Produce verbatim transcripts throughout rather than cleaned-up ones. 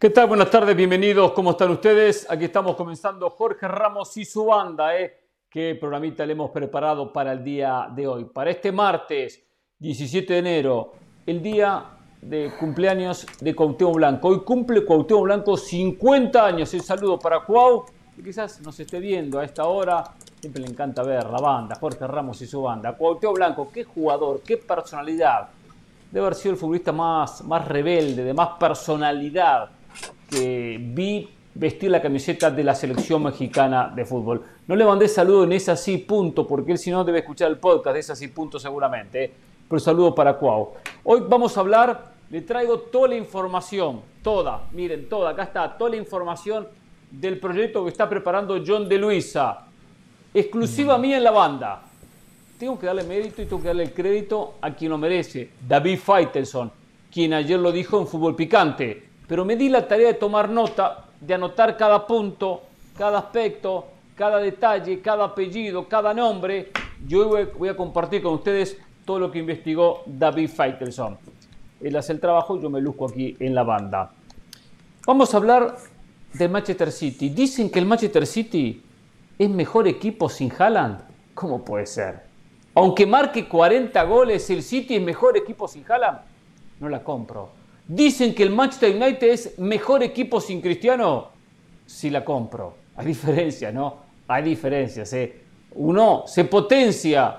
¿Qué tal? Buenas tardes, bienvenidos. ¿Cómo están ustedes? Aquí estamos comenzando Jorge Ramos y su banda. ¿eh? ¿Qué programita le hemos preparado para el día de hoy? Para este martes, diecisiete de enero, el día de cumpleaños de Cuauhtémoc Blanco. Hoy cumple Cuauhtémoc Blanco cincuenta años. El saludo para Cuau, que quizás nos esté viendo a esta hora. Siempre le encanta ver la banda, Jorge Ramos y su banda. Cuauhtémoc Blanco, qué jugador, qué personalidad. Debe haber sido el futbolista más, más rebelde, de más personalidad que vi vestir la camiseta de la selección mexicana de fútbol. No le mandé saludo en Es Así Punto, porque él si no debe escuchar el podcast de Es Así Punto seguramente. ¿eh? Pero saludo para Cuau. Hoy vamos a hablar, le traigo toda la información, toda, miren, toda, acá está, toda la información del proyecto que está preparando John de Luisa. Exclusiva mía en la banda. Tengo que darle mérito y tengo que darle el crédito a quien lo merece, David Faitelson, quien ayer lo dijo en Fútbol Picante. Pero me di la tarea de tomar nota, de anotar cada punto, cada aspecto, cada detalle, cada apellido, cada nombre. Yo voy, voy a compartir con ustedes todo lo que investigó David Faitelson. Él hace el trabajo, yo me luzco aquí en la banda. Vamos a hablar del Manchester City. Dicen que el Manchester City es mejor equipo sin Haaland. ¿Cómo puede ser? Aunque marque cuarenta goles, el City es mejor equipo sin Haaland. No la compro. Dicen que el Manchester United es mejor equipo sin Cristiano. Sí la compro. Hay diferencias, ¿no? Hay diferencias. ¿eh? Uno se potencia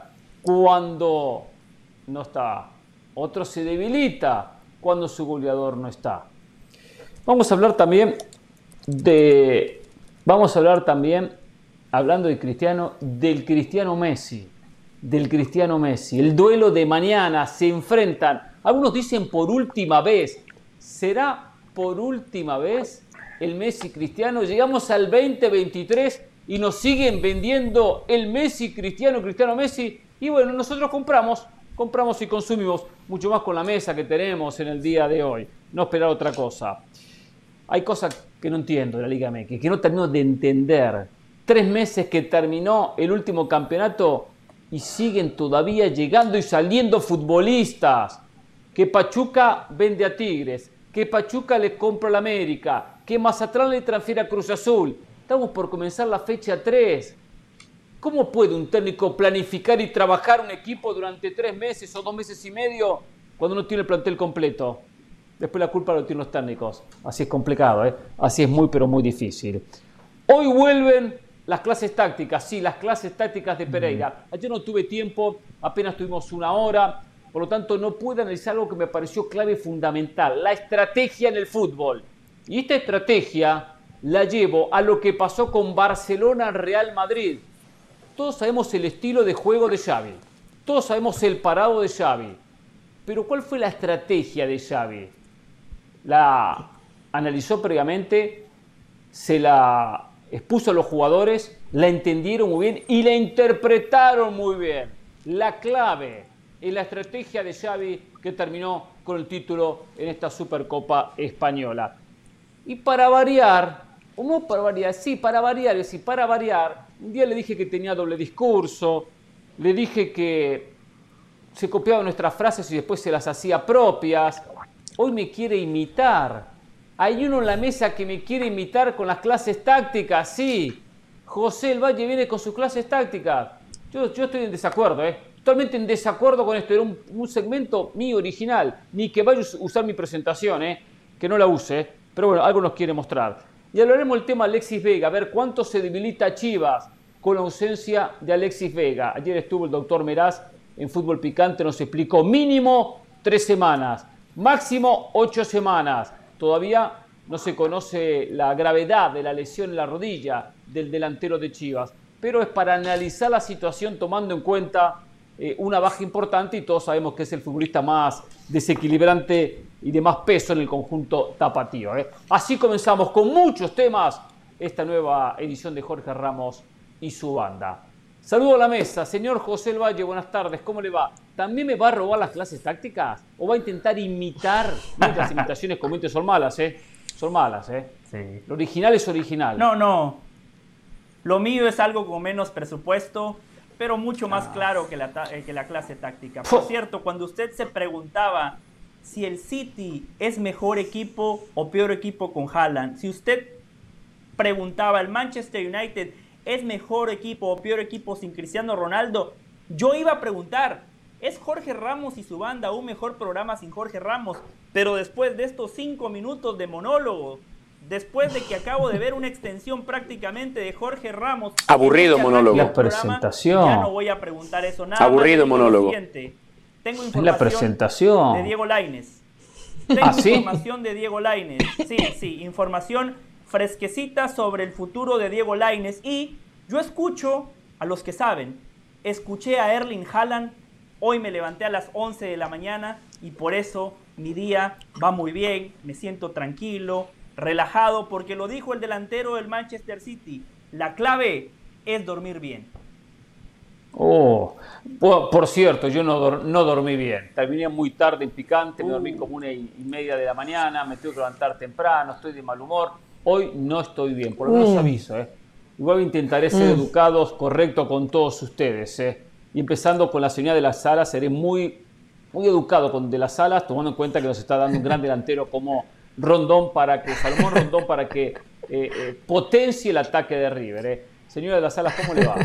cuando no está. Otro se debilita cuando su goleador no está. Vamos a hablar también de... Vamos a hablar también, hablando de Cristiano, del Cristiano Messi. Del Cristiano Messi. El duelo de mañana, se enfrentan. Algunos dicen por última vez. ¿Será por última vez el Messi Cristiano? Llegamos al veinte veintitrés y nos siguen vendiendo el Messi Cristiano, Cristiano Messi. Y bueno, nosotros compramos, compramos y consumimos mucho más con la mesa que tenemos en el día de hoy. No esperar otra cosa. Hay cosas que no entiendo de la Liga M X, que no termino de entender. Tres meses que terminó el último campeonato y siguen todavía llegando y saliendo futbolistas. Que Pachuca vende a Tigres, que Pachuca le compra a la América, que Mazatlán le transfiere a Cruz Azul. Estamos por comenzar la fecha tres. ¿Cómo puede un técnico planificar y trabajar un equipo durante tres meses o dos meses y medio cuando no tiene el plantel completo? Después la culpa lo tienen los técnicos. Así es complicado, ¿eh? Así es muy, pero muy difícil. Hoy vuelven las clases tácticas, sí, las clases tácticas de Pereira. Ayer no tuve tiempo, apenas tuvimos una hora. Por lo tanto, no pude analizar algo que me pareció clave y fundamental, la estrategia en el fútbol. Y esta estrategia la llevo a lo que pasó con Barcelona-Real Madrid. Todos sabemos el estilo de juego de Xavi. Todos sabemos el parado de Xavi. Pero ¿cuál fue la estrategia de Xavi? La analizó previamente, se la expuso a los jugadores, la entendieron muy bien y la interpretaron muy bien. La clave en la estrategia de Xavi que terminó con el título en esta Supercopa Española. Y para variar, ¿cómo para variar? Sí, para variar, es decir, para variar, un día le dije que tenía doble discurso, le dije que se copiaba nuestras frases y después se las hacía propias. Hoy me quiere imitar. Hay uno en la mesa que me quiere imitar con las clases tácticas, sí. José El Valle viene con sus clases tácticas. Yo, yo estoy en desacuerdo, ¿eh? Totalmente en desacuerdo con esto. Era un, un segmento mío original. Ni que vaya a usar mi presentación, ¿eh? Que no la use. Pero bueno, algo nos quiere mostrar. Y hablaremos del tema Alexis Vega. A ver cuánto se debilita Chivas con la ausencia de Alexis Vega. Ayer estuvo el doctor Meraz en Fútbol Picante. Nos explicó mínimo tres semanas. Máximo ocho semanas. Todavía no se conoce la gravedad de la lesión en la rodilla del delantero de Chivas. Pero es para analizar la situación tomando en cuenta Eh, una baja importante y todos sabemos que es el futbolista más desequilibrante y de más peso en el conjunto tapatío. ¿eh? Así comenzamos con muchos temas esta nueva edición de Jorge Ramos y su banda. Saludo a la mesa, señor José El Valle, buenas tardes, ¿cómo le va? ¿También me va a robar las clases tácticas? ¿O va a intentar imitar? No, las imitaciones comúnmente son malas, ¿eh? Son malas, ¿eh? Sí. Lo original es original. No, no. Lo mío es algo con menos presupuesto, pero mucho más Ah. claro que la, eh, que la clase táctica. Por Puh. cierto, cuando usted se preguntaba si el City es mejor equipo o peor equipo con Haaland. Si usted preguntaba, ¿el Manchester United es mejor equipo o peor equipo sin Cristiano Ronaldo? Yo iba a preguntar, ¿es Jorge Ramos y su banda un mejor programa sin Jorge Ramos? Pero después de estos cinco minutos de monólogo, después de que acabo de ver una extensión prácticamente de Jorge Ramos... Aburrido monólogo. La presentación. Ya no voy a preguntar eso. Nada Aburrido más monólogo. Tengo información la presentación de Diego Lainez. Tengo ¿Ah, sí? información de Diego Lainez. Sí, sí, información fresquecita sobre el futuro de Diego Lainez. Y yo escucho a los que saben. Escuché a Erling Haaland. Hoy me levanté a las once de la mañana y por eso mi día va muy bien. Me siento tranquilo, relajado, porque lo dijo el delantero del Manchester City. La clave es dormir bien. Oh, por, por cierto, yo no, dor, no dormí bien. Terminé muy tarde en picante, me dormí como una y, y media de la mañana, me tengo que levantar temprano, estoy de mal humor. Hoy no estoy bien, por lo menos mm. aviso. ¿eh? Igual intentaré ser mm. educados, correcto con todos ustedes. ¿eh? Y empezando con la señora de las Salas, seré muy, muy educado con de las Salas, tomando en cuenta que nos está dando un gran delantero como Rondón para que, Salomón Rondón, para que eh, eh, potencie el ataque de River. ¿eh? Señora de las Salas, ¿cómo le va?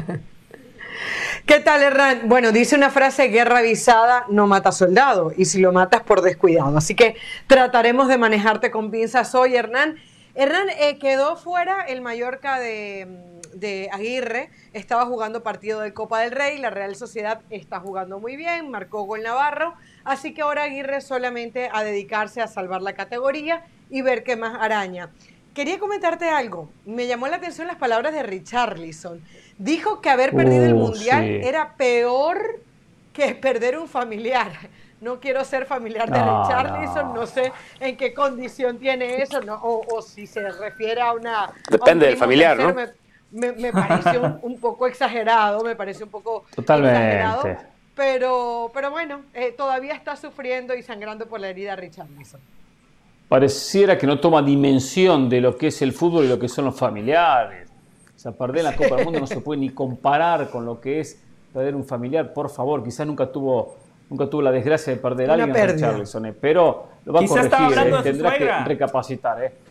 ¿Qué tal, Hernán? Bueno, dice una frase, guerra avisada no mata soldado, y si lo matas por descuidado. Así que trataremos de manejarte con pinzas hoy, Hernán. Hernán, eh, quedó fuera el Mallorca de, de Aguirre, estaba jugando partido de Copa del Rey, la Real Sociedad está jugando muy bien, marcó gol Navarro, así que ahora Aguirre solamente a dedicarse a salvar la categoría y ver qué más araña. Quería comentarte algo, me llamó la atención las palabras de Richarlison. Dijo que haber perdido uh, el Mundial sí. era peor que perder un familiar. No quiero ser familiar de no, Richarlison, no. no sé en qué condición tiene eso, no, o, o si se refiere a una... Depende del familiar, ¿no? Me, me, me pareció un, un poco exagerado, me pareció un poco Totalmente. exagerado, pero, pero bueno, eh, todavía está sufriendo y sangrando por la herida Richarlison. Pareciera que no toma dimensión de lo que es el fútbol y lo que son los familiares. O sea, perder la Copa del Mundo no se puede ni comparar con lo que es perder un familiar, por favor. Quizás nunca tuvo, nunca tuvo la desgracia de perder a alguien a Richarlison, eh, pero lo va a Quizás corregir, eh, de tendrá que recapacitar. Eh.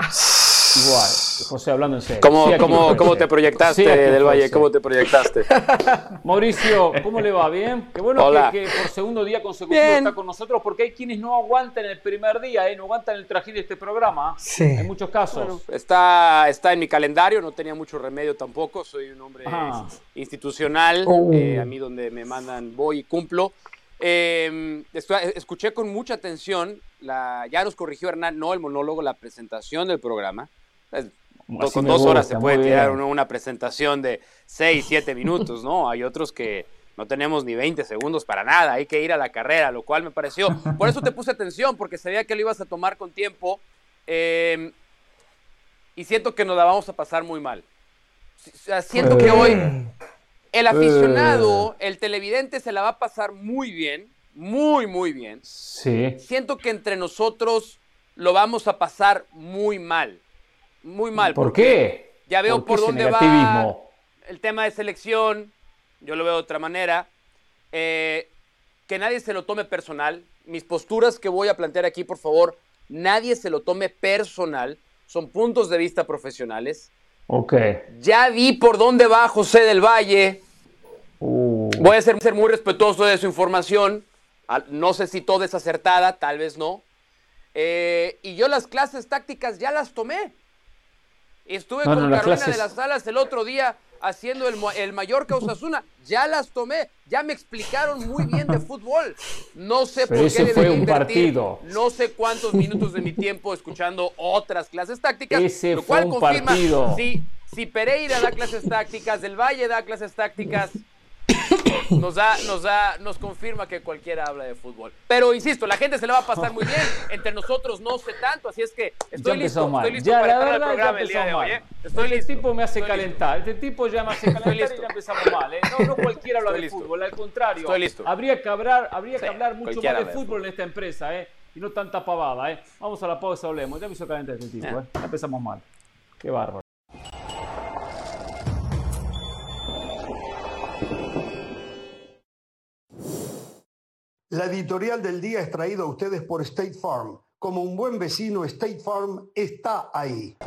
Igual, José, hablando en serio. ¿Cómo, sí, cómo, ¿cómo te proyectaste, sí, del Valle? ¿Cómo te proyectaste? Mauricio, ¿cómo le va? ¿Bien? Qué bueno que, que por segundo día consecutivo Bien. está con nosotros, porque hay quienes no aguantan el primer día, ¿eh? no aguantan el trajín de este programa. Sí. En muchos casos. Bueno, está, está en mi calendario, no tenía mucho remedio tampoco. Soy un hombre Ajá. institucional. Oh. Eh, a mí donde me mandan voy y cumplo. Eh, estoy, escuché con mucha atención, la, ya nos corrigió Hernán, no el monólogo, la presentación del programa. Es, Do, con dos gusta, horas se puede tirar una, una presentación de seis, siete minutos, ¿no? Hay otros que no tenemos ni veinte segundos para nada, hay que ir a la carrera, lo cual me pareció... Por eso te puse atención, porque sabía que lo ibas a tomar con tiempo eh, y siento que nos la vamos a pasar muy mal. Siento que hoy el aficionado, el televidente se la va a pasar muy bien, muy, muy bien. Sí. Siento que entre nosotros lo vamos a pasar muy mal. Muy mal. ¿Por qué? Ya veo por, por dónde va el tema de selección. Yo lo veo de otra manera. Eh, que nadie se lo tome personal. Mis posturas que voy a plantear aquí, por favor, nadie se lo tome personal. Son puntos de vista profesionales. Ok. Ya vi por dónde va José del Valle. Uh. Voy a ser, ser muy respetuoso de su información. No sé si toda es acertada, tal vez no. Eh, y yo las clases tácticas ya las tomé. Estuve no, con no, Carolina clases... de las Salas el otro día haciendo el, el Mallorca Osasuna. Ya las tomé, ya me explicaron muy bien de fútbol. No sé Pero por qué ese fue un invertir partido. No sé cuántos minutos de mi tiempo escuchando otras clases tácticas. Ese lo fue cual un confirma partido. Si, si Pereira da clases tácticas, Del Valle da clases tácticas, nos da, nos da, nos confirma que cualquiera habla de fútbol. Pero insisto, la gente se le va a pasar muy bien. Entre nosotros no sé tanto, así es que estoy listo, estoy listo ya, para la entrar verdad, al programa el día de hoy. ¿eh? Estoy este listo. tipo me hace estoy calentar, listo. este tipo ya me hace calentar y ya empezamos mal. ¿eh? No, no cualquiera habla estoy de listo. fútbol, al contrario. Estoy listo. Habría que hablar, habría sí, que hablar mucho más de, de fútbol, fútbol en esta empresa, ¿eh? Y no tanta pavada. ¿eh? Vamos a la pausa, hablemos. Ya me hizo calentar este tipo, ¿eh? Ya empezamos mal. Qué bárbaro. La editorial del día es traída a ustedes por State Farm. Como un buen vecino, State Farm está ahí.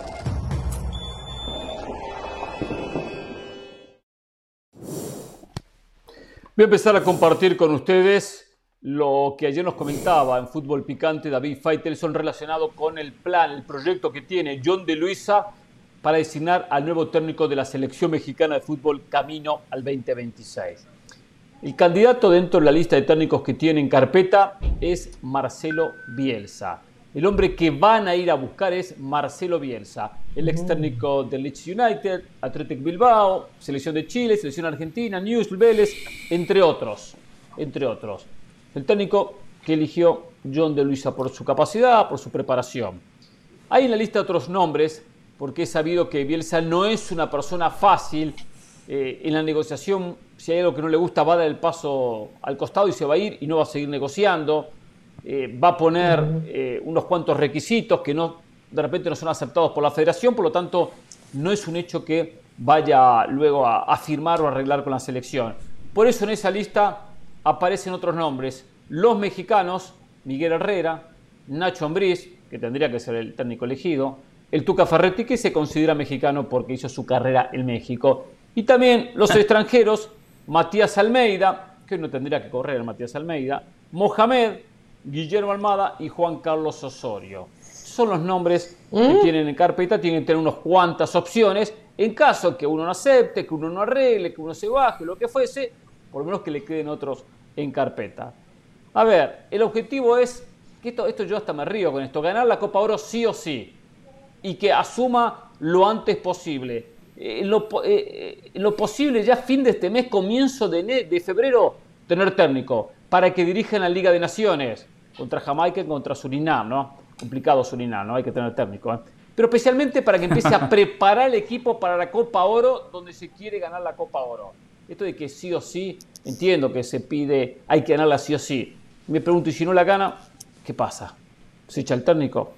Voy a empezar a compartir con ustedes lo que ayer nos comentaba en Fútbol Picante David Faitelson relacionado con el plan, el proyecto que tiene John de Luisa para designar al nuevo técnico de la selección mexicana de fútbol camino al veinte veintiséis. El candidato dentro de la lista de técnicos que tiene en carpeta es Marcelo Bielsa. El hombre que van a ir a buscar es Marcelo Bielsa, el ex técnico del Leeds United, Athletic Bilbao, selección de Chile, selección argentina, Newell's, Vélez, entre otros, entre otros. El técnico que eligió John de Luisa por su capacidad, por su preparación. Hay en la lista otros nombres, porque he sabido que Bielsa no es una persona fácil. Eh, en la negociación, si hay algo que no le gusta, va a dar el paso al costado y se va a ir y no va a seguir negociando. Eh, va a poner eh, unos cuantos requisitos que no, de repente no son aceptados por la federación, por lo tanto no es un hecho que vaya luego a, a firmar o a arreglar con la selección. Por eso en esa lista aparecen otros nombres, los mexicanos, Miguel Herrera, Nacho Ambriz, que tendría que ser el técnico elegido, el Tuca Ferretti, que se considera mexicano porque hizo su carrera en México, y también los extranjeros, Matías Almeida, que no tendría que correr Matías Almeida, Mohamed, Guillermo Almada y Juan Carlos Osorio. Son los nombres que tienen en carpeta, tienen que tener unas cuantas opciones, en caso que uno no acepte, que uno no arregle, que uno se baje, lo que fuese, por lo menos que le queden otros en carpeta. A ver, el objetivo es, que esto, esto yo hasta me río con esto, ganar la Copa Oro sí o sí, y que asuma lo antes posible. En eh, lo, eh, lo posible ya fin de este mes, comienzo de, de febrero, tener técnico, para que dirijan la Liga de Naciones, contra Jamaica y contra Surinam, ¿no? Complicado Surinam, ¿no? Hay que tener técnico, ¿eh? Pero especialmente para que empiece a preparar el equipo para la Copa Oro, donde se quiere ganar la Copa Oro. Esto de que sí o sí, entiendo que se pide, hay que ganarla sí o sí. Me pregunto, ¿y si no la gana, qué pasa? ¿Se echa el técnico?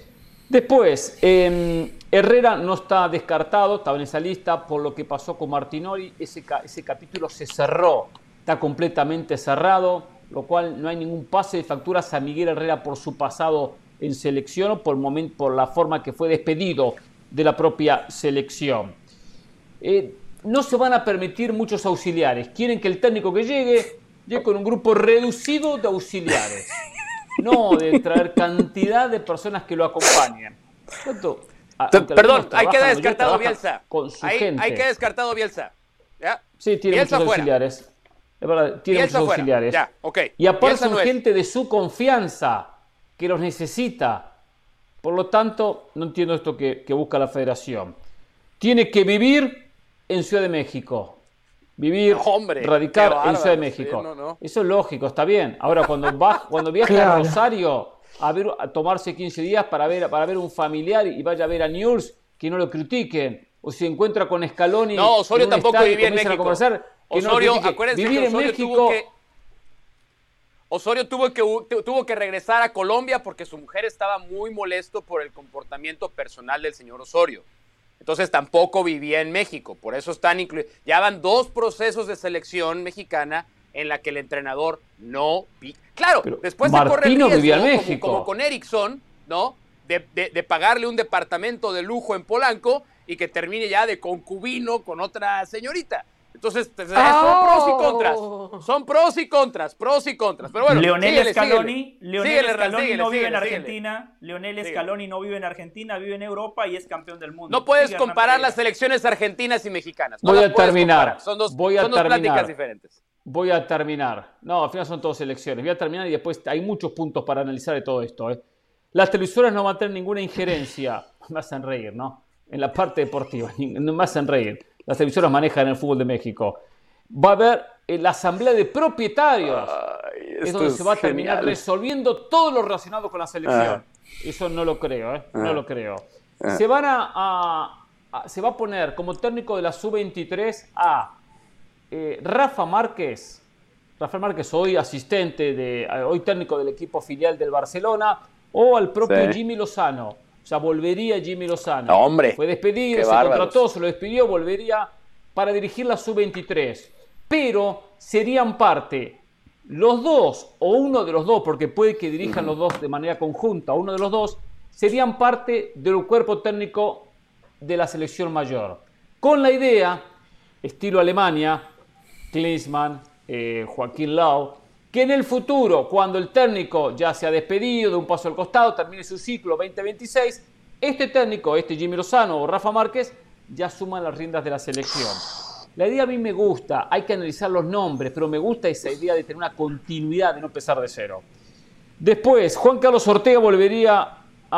Después, eh, Herrera no está descartado, estaba en esa lista por lo que pasó con Martinoli. Ese, ese capítulo se cerró, está completamente cerrado, lo cual no hay ningún pase de facturas a Miguel Herrera por su pasado en selección o por, momento, por la forma que fue despedido de la propia selección. Eh, no se van a permitir muchos auxiliares. Quieren que el técnico que llegue llegue con un grupo reducido de auxiliares. No de traer cantidad de personas que lo acompañen. Tanto, Perdón, hay que descartado Bielsa. Con su hay, gente. hay que descartado Bielsa. ¿Ya? Sí, tiene Bielsa muchos fuera. auxiliares. Es verdad, tiene Bielsa muchos fuera. auxiliares. Ya, okay. Y aparte son no gente es. de su confianza, que los necesita. Por lo tanto, no entiendo esto que, que busca la federación. Tiene que vivir en Ciudad de México. Vivir, no, hombre, radicar bárbaro, en Ciudad de México. Sí, no, no. Eso es lógico, está bien. Ahora, cuando, va, cuando viaja claro. a Rosario a, ver, a tomarse quince días para ver, para ver un familiar y vaya a ver a Newell's, que no lo critiquen. O si encuentra con Scaloni. No, Osorio tampoco vivía en México. Osorio, no acuérdense vivir que Osorio en México. Tuvo que, Osorio tuvo que, tuvo que regresar a Colombia porque su mujer estaba muy molesto por el comportamiento personal del señor Osorio. Entonces tampoco vivía en México, por eso están incluidos. Ya van dos procesos de selección mexicana en la que el entrenador no vi. Claro, pero después de correr riesgo, vivía en México. Como, como con Erickson, ¿no? De, de, de pagarle un departamento de lujo en Polanco y que termine ya de concubino con otra señorita. Entonces, oh. son pros y contras. Son pros y contras, pros y contras. Pero bueno, Leonel síguele, Scaloni, síguele. Leonel síguele, Scaloni síguele, no vive síguele, en Argentina. síguele. Leonel Scaloni no vive en Argentina, vive en Europa y es campeón del mundo. No puedes Sigue comparar las selecciones argentinas y mexicanas. No Voy a terminar. Son dos, Voy a son dos terminar. pláticas diferentes. Voy a terminar. No, al final son todas selecciones. Voy a terminar y después hay muchos puntos para analizar de todo esto. ¿eh? Las televisoras no van a tener ninguna injerencia. Me hacen reír, ¿no? En la parte deportiva. No me hacen reír. Las televisoras manejan el fútbol de México. Va a haber la asamblea de propietarios. Ay, es donde es se va a terminar genial. resolviendo todo lo relacionado con la selección. Ah. Eso no lo creo, ¿eh? Ah. No lo creo. Ah. Se van a, a, a... Se va a poner como técnico de la sub veintitrés a eh, Rafa Márquez. Rafael Márquez, hoy asistente, de, hoy técnico del equipo filial del Barcelona, o al propio sí. Jimmy Lozano. O sea, volvería Jimmy Lozano. No, hombre. Fue despedido, se bárbaros. contrató, se lo despidió, volvería para dirigir la sub veintitrés. Pero serían parte los dos, o uno de los dos, porque puede que dirijan los dos de manera conjunta, uno de los dos, serían parte del cuerpo técnico de la selección mayor. Con la idea, estilo Alemania, Klinsmann, eh, Joaquín Löw, que en el futuro, cuando el técnico ya se ha despedido de un paso al costado, termine su ciclo veinte veintiséis, este técnico, este Jimmy Lozano o Rafa Márquez, ya asuman las riendas de la selección. La idea a mí me gusta, hay que analizar los nombres, pero me gusta esa idea de tener una continuidad, de no empezar de cero. Después, Juan Carlos Ortega volvería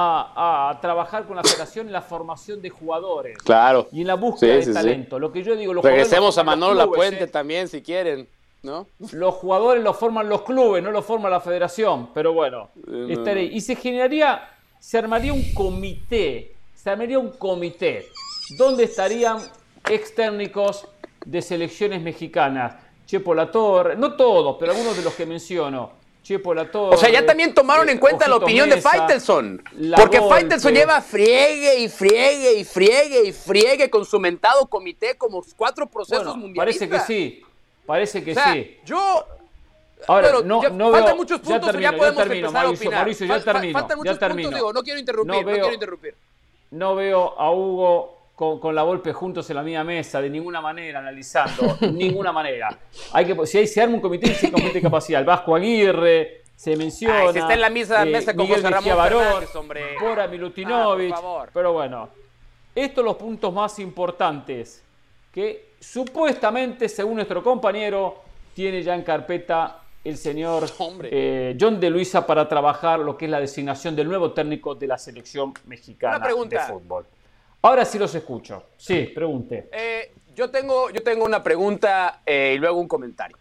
a, a trabajar con la federación en la formación de jugadores. Claro. Y en la búsqueda sí, de sí, talento. Sí. Lo que yo digo, los Regresemos a Manolo clubes, Lapuente ¿eh? también, si quieren, ¿no? Los jugadores los forman los clubes, no los forma la federación. Pero bueno, no, estaré. no. Y se generaría, se armaría un comité, se armaría un comité donde estarían ex técnicos de selecciones mexicanas. Chepo Latorre, no todos, pero algunos de los que menciono. Chepo Latorre. O sea, ya también tomaron eh, en cuenta la Ojito opinión Mesa, de Faitelson. La Porque Volpe. Faitelson lleva friegue y friegue y friegue y friegue con su mentado comité como cuatro procesos Bueno, mundialistas. parece que sí, parece que o sea, sí. yo... Ahora, bueno, no, ya no faltan veo, muchos ya puntos, termino, ya podemos ya termino, empezar Mauricio, a opinar. Mauricio, ya Fal- termino, faltan muchos ya termino. puntos, digo, no quiero interrumpir, No no, veo- quiero interrumpir. No veo a Hugo con, con la Volpe juntos en la misma mesa, de ninguna manera, analizando, ninguna manera. Hay que, si hay, se arma un comité, si hay comité de capacidad. El Vasco Aguirre, se menciona. Ay, si está en la misma eh, mesa con Miguel José Mejía Ramón Barón, Fernández, hombre. Bora Milutinovic. Ah, por favor. Pero bueno, estos son los puntos más importantes que supuestamente, según nuestro compañero, tiene ya en carpeta el señor eh, John de Luisa para trabajar lo que es la designación del nuevo técnico de la selección mexicana Una pregunta. de fútbol. Ahora sí los escucho. Sí, pregunte. Eh, yo, tengo, yo tengo una pregunta eh, y luego un comentario.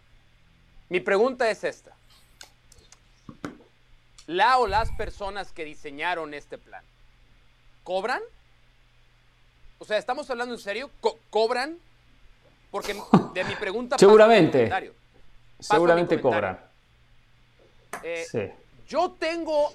Mi pregunta es esta. ¿La o las personas que diseñaron este plan cobran? O sea, ¿estamos hablando en serio? Co- ¿Cobran? Porque de mi pregunta paso Seguramente. a mi comentario. Paso Seguramente a mi comentario. cobran. Eh, Sí. Yo tengo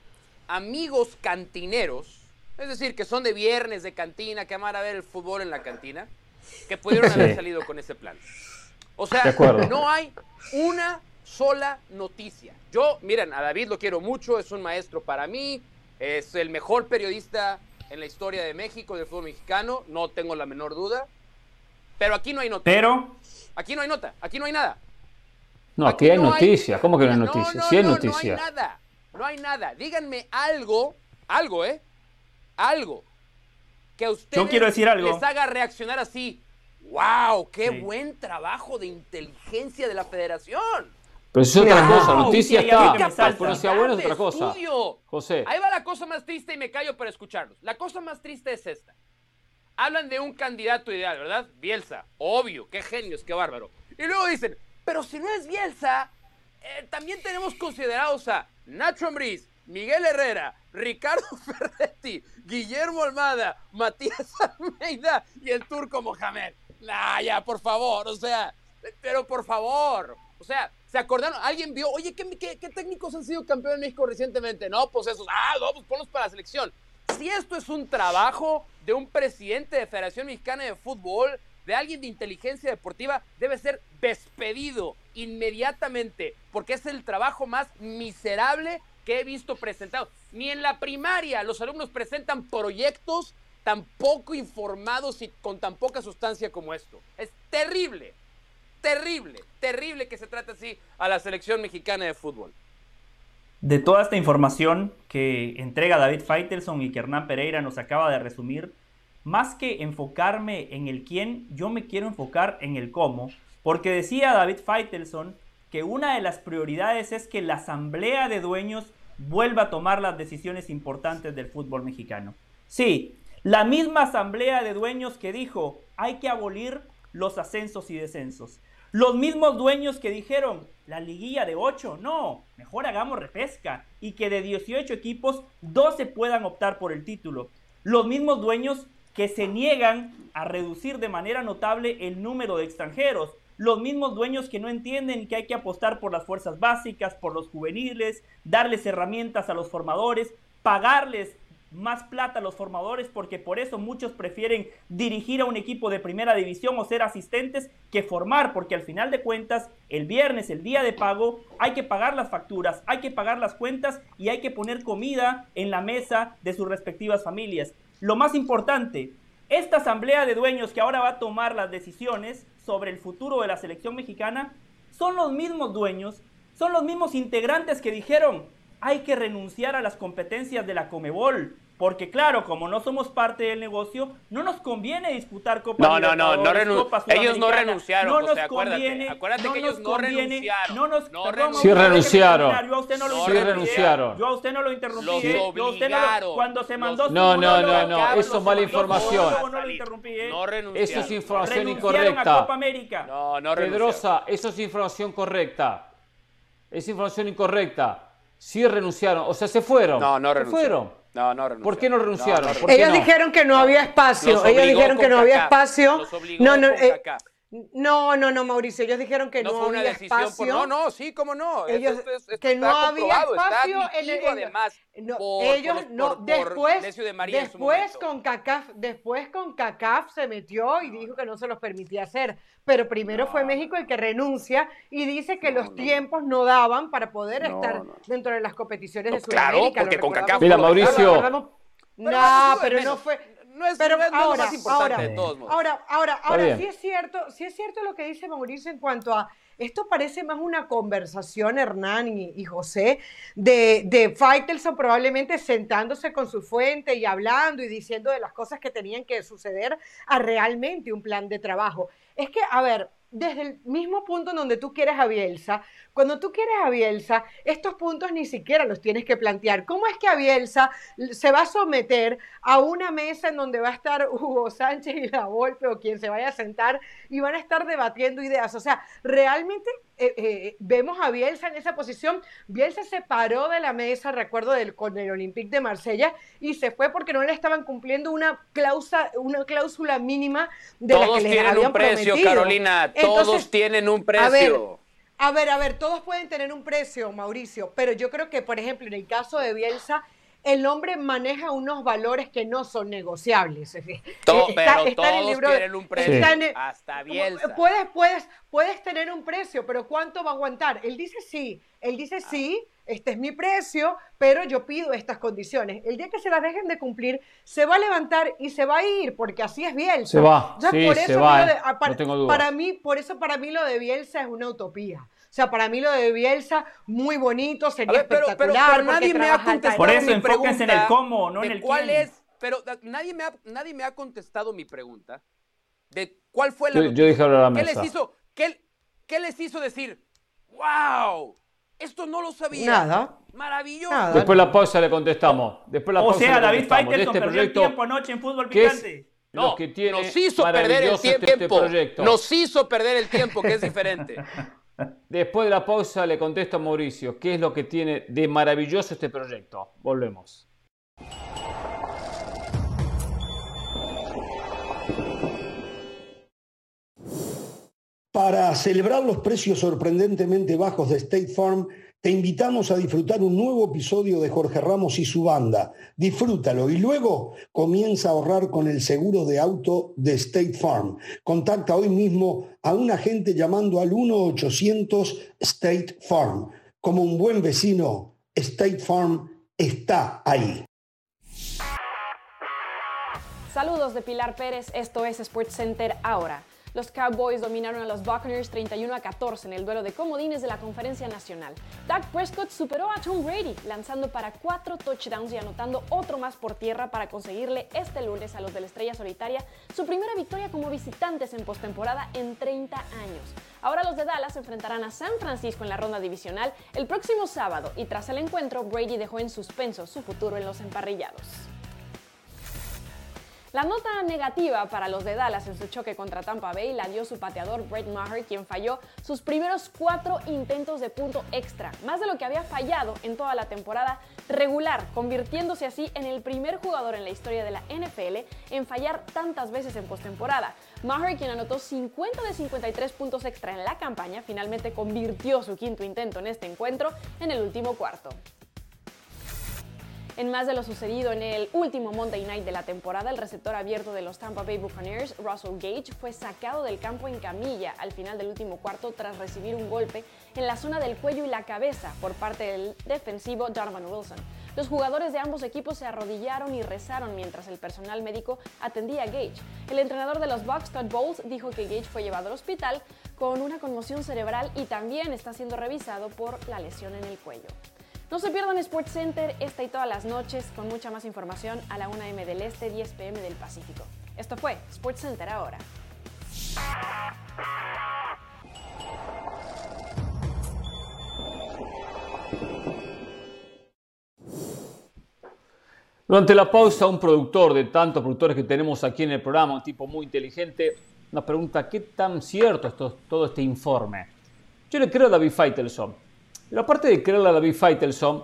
amigos cantineros, es decir, que son de viernes, de cantina, que aman a ver el fútbol en la cantina, que pudieron Sí. haber salido con ese plan. O sea, De acuerdo. no hay una sola noticia. Yo, miren, a David lo quiero mucho, es un maestro para mí, es el mejor periodista en la historia de México, del fútbol mexicano, no tengo la menor duda, pero aquí no hay nota. Pero Aquí no hay nota, aquí no hay nada. No, aquí, hay no noticias. ¿Cómo que no hay No, noticias? no, Sí hay no, noticias. No hay nada. No hay nada. Díganme algo, algo, ¿eh? Algo que a ustedes Yo quiero decir algo. les haga reaccionar así. ¡Wow! ¡Qué Sí. buen trabajo de inteligencia de la federación! Pero eso es otra Wow, cosa. Noticia sí, hay algo que está. me salta. Pero sea bueno es otra de cosa. estudio. José. Ahí va la cosa más triste y me callo para escucharlos. La cosa más triste es esta. Hablan de un candidato ideal, ¿verdad? Bielsa. Obvio. Qué genios, qué bárbaro. Y luego dicen, pero si no es Bielsa, eh, también tenemos considerados a Nacho Ambriz, Miguel Herrera, Ricardo Ferretti, Guillermo Almada, Matías Almeida y el Turco Mohamed. Nah, ya, por favor, o sea, pero por favor. O sea, ¿se acordaron? ¿Alguien vio? Oye, ¿qué, qué, qué técnicos han sido campeón en México recientemente? No, pues esos. Ah, no, pues ponlos para la selección. Si esto es un trabajo de un presidente de Federación Mexicana de Fútbol, de alguien de inteligencia deportiva, debe ser despedido inmediatamente, porque es el trabajo más miserable que he visto presentado. Ni en la primaria los alumnos presentan proyectos tan poco informados y con tan poca sustancia como esto. Es terrible, terrible, terrible que se trate así a la selección mexicana de fútbol. de toda esta información que entrega David Faitelson y que Hernán Pereira nos acaba de resumir, más que enfocarme en el quién, yo me quiero enfocar en el cómo, porque decía David Faitelson que una de las prioridades es que la asamblea de dueños vuelva a tomar las decisiones importantes del fútbol mexicano. Sí, la misma asamblea de dueños que dijo hay que abolir los ascensos y descensos. Los mismos dueños que dijeron la liguilla de ocho, no, mejor hagamos repesca y que de dieciocho equipos, doce puedan optar por el título. Los mismos dueños que se niegan a reducir de manera notable el número de extranjeros. Los mismos dueños que no entienden que hay que apostar por las fuerzas básicas, por los juveniles, darles herramientas a los formadores, pagarles más plata a los formadores, porque por eso muchos prefieren dirigir a un equipo de primera división o ser asistentes que formar, porque al final de cuentas, el viernes, el día de pago, hay que pagar las facturas, hay que pagar las cuentas y hay que poner comida en la mesa de sus respectivas familias. Lo más importante, esta asamblea de dueños que ahora va a tomar las decisiones sobre el futuro de la selección mexicana, son los mismos dueños, son los mismos integrantes que dijeron: hay que renunciar a las competencias de la Conmebol, porque claro, como no somos parte del negocio, no nos conviene disputar Copa No, no, no, no renun Copa ellos no renunciaron, no nos José, acuérdate, conviene, acuérdate no que ellos no conviene, renunciaron. No nos, no perdón, Sí renunciaron. Yo a usted no lo Sí interrumpí, renunciaron. Yo a usted no lo interrumpí. Los eh. Yo a usted no lo, cuando se mandó su No, no, monólogo, no, no, Carlos, eso es mala se mandó su información. monólogo, no lo interrumpí, eh. No renunciaron. Eso es información Renunciaron incorrecta. a Copa América. No, no renunciaron. Pedrosa, eso es información correcta. Es información incorrecta. Sí renunciaron, o sea, se fueron. No, no se renunciaron. fueron. No, no renunciaron. ¿Por qué no renunciaron? No, no ¿Por qué Ellos no? dijeron que no había espacio. Los Ellos obligó dijeron que no había CONCACAF. espacio. Los obligó No, no, eh, CONCACAF. no, no, no, Mauricio. Ellos dijeron que No, no, fue una había decisión espacio. por... No, no, sí, cómo no. Ellos, esto, esto, esto que está no había comprobado, espacio está en el admitido, en- además. no, por, ellos por, no, por, después, por Decio de María en su después momento. con CACAF, después con CACAF se metió y dijo que no se los permitía hacer, pero primero No, fue no. México el que renuncia y dice que No, los no, tiempos no daban para poder No, estar no. dentro de las competiciones No, de claro, Sudamérica. porque lo con recordamos- CACAF Mira, lo Mauricio. lo recordamos- Pero No, bueno, eso pero es no menos. fue. No es, Pero no es, no es ahora, lo más importante ahora, de todos modos. Ahora, ahora, ahora bien. sí es cierto, sí es cierto lo que dice Mauricio en cuanto a esto parece más una conversación, Hernán y, y José, de, de Faitelson probablemente sentándose con su fuente y hablando y diciendo de las cosas que tenían que suceder a realmente un plan de trabajo. Es que, a ver, desde el mismo punto en donde tú quieres a Bielsa, cuando tú quieres a Bielsa, estos puntos ni siquiera los tienes que plantear. ¿Cómo es que a Bielsa se va a someter a una mesa en donde va a estar Hugo Sánchez y La Volpe o quien se vaya a sentar y van a estar debatiendo ideas? O sea, realmente eh, eh, vemos a Bielsa en esa posición. Bielsa se paró de la mesa, recuerdo, del, con el Olympique de Marsella y se fue porque no le estaban cumpliendo una cláusula, una cláusula mínima de Todos la que les tienen habían un precio, prometido. Carolina. Entonces, Todos tienen un precio. a ver, a ver, a ver, todos pueden tener un precio, Mauricio, pero yo creo que, por ejemplo, en el caso de Bielsa, el hombre maneja unos valores que no son negociables. Todo, Está- pero está en el todos libro de- tienen un precio. está en el- Hasta Bielsa. Puedes, puedes, puedes tener un precio, pero ¿cuánto va a aguantar? Él dice sí, él dice sí, este es mi precio, pero yo pido estas condiciones. El día que se las dejen de cumplir, se va a levantar y se va a ir, porque así es Bielsa. Se va, Ya, sí, por se eso va, a mí lo eh, de- a- para, no tengo duda. para mí, por eso para mí lo de Bielsa es una utopía. O sea, para mí lo de Bielsa, muy bonito, sería A ver, pero- pero- espectacular. pero porque nadie me ha trabaja contestado Por talento. eso mi enfóquense en el pregunta cómo, no en de el cuál quién. es, pero da- nadie me, ha, nadie me ha contestado mi pregunta de cuál fue la Yo, noticia. yo dije ahora a la ¿Qué mesa. les hizo, qué, qué les hizo decir, wow, esto no lo sabía? Nada. Maravilloso. Nada. Después la pausa le contestamos. Después la O pausa sea, le David contestamos. De Faitelson este perdió el proyecto tiempo anoche en fútbol que es picante. No, lo que tiene nos hizo perder el maravilloso este- este tiempo. proyecto. Nos hizo perder el tiempo, que es diferente. Después de la pausa le contesto a Mauricio qué es lo que tiene de maravilloso este proyecto. Volvemos. Para celebrar los precios sorprendentemente bajos de State Farm, te invitamos a disfrutar un nuevo episodio de Jorge Ramos y su banda. Disfrútalo y luego comienza a ahorrar con el seguro de auto de State Farm. Contacta hoy mismo a un agente llamando al uno ochocientos State Farm. Como un buen vecino, State Farm está ahí. Saludos de Pilar Pérez, esto es SportsCenter ahora. Los Cowboys dominaron a los Buccaneers treinta y uno a catorce en el duelo de comodines de la Conferencia Nacional. Dak Prescott superó a Tom Brady, lanzando para cuatro touchdowns y anotando otro más por tierra para conseguirle este lunes a los de la Estrella Solitaria su primera victoria como visitantes en postemporada en treinta años. Ahora los de Dallas se enfrentarán a San Francisco en la ronda divisional el próximo sábado y tras el encuentro Brady dejó en suspenso su futuro en los emparrillados. La nota negativa para los de Dallas en su choque contra Tampa Bay la dio su pateador Brett Maher, quien falló sus primeros cuatro intentos de punto extra, más de lo que había fallado en toda la temporada regular, convirtiéndose así en el primer jugador en la historia de la N F L en fallar tantas veces en postemporada. Maher, quien anotó cincuenta de cincuenta y tres puntos extra en la campaña, finalmente convirtió su quinto intento en este encuentro en el último cuarto. En más de lo sucedido en el último Monday Night de la temporada, el receptor abierto de los Tampa Bay Buccaneers, Russell Gage, fue sacado del campo en camilla al final del último cuarto tras recibir un golpe en la zona del cuello y la cabeza por parte del defensivo Donovan Wilson. Los jugadores de ambos equipos se arrodillaron y rezaron mientras el personal médico atendía a Gage. El entrenador de los Bucs, Todd Bowles, dijo que Gage fue llevado al hospital con una conmoción cerebral y también está siendo revisado por la lesión en el cuello. No se pierdan SportsCenter esta y todas las noches con mucha más información a la una eme del Este, diez pe eme del Pacífico. Esto fue SportsCenter ahora. Durante la pausa, un productor de tantos productores que tenemos aquí en el programa, un tipo muy inteligente, nos pregunta qué tan cierto es todo, todo este informe. Yo le creo a David Faitelson. Pero aparte de creerle a David Faitelson,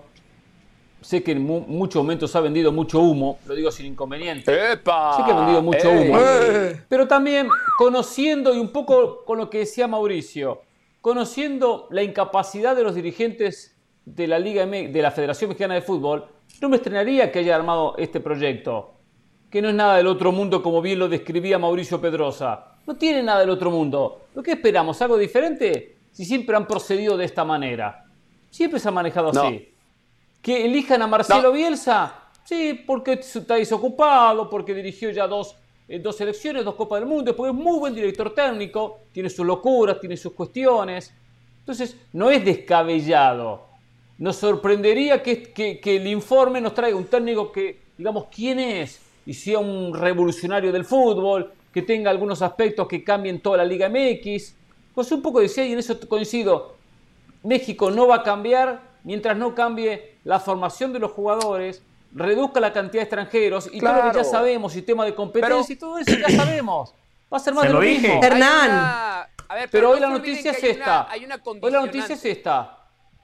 sé que en mu muchos momentos ha vendido mucho humo, lo digo sin inconveniente. ¡Epa! Sé que ha vendido mucho ¡Ey! humo. Pero también conociendo, y un poco con lo que decía Mauricio, conociendo la incapacidad de los dirigentes de la Liga M de la Federación Mexicana de Fútbol, no me extrañaría que haya armado este proyecto, que no es nada del otro mundo como bien lo describía Mauricio Pedrosa. No tiene nada del otro mundo. ¿Lo que esperamos? ¿Algo diferente? Si siempre han procedido de esta manera. Siempre se ha manejado así. No. ¿Que elijan a Marcelo no. Bielsa? Sí, porque está desocupado, porque dirigió ya dos, eh, dos selecciones, dos Copas del Mundo, porque es muy buen director técnico, tiene sus locuras, tiene sus cuestiones. Entonces, no es descabellado. Nos sorprendería que, que, que el informe nos traiga un técnico que, digamos, quién es, y sea un revolucionario del fútbol, que tenga algunos aspectos que cambien toda la Liga eme equis. Pues un poco decía, y en eso coincido, México no va a cambiar mientras no cambie la formación de los jugadores, reduzca la cantidad de extranjeros y claro. todo lo que ya sabemos, sistema de competencia pero, y todo eso ya sabemos. Va a ser más de lo, lo mismo. Hernán. Una... A ver, pero pero hoy no la noticia es hay esta. Una, hay una hoy la noticia es esta.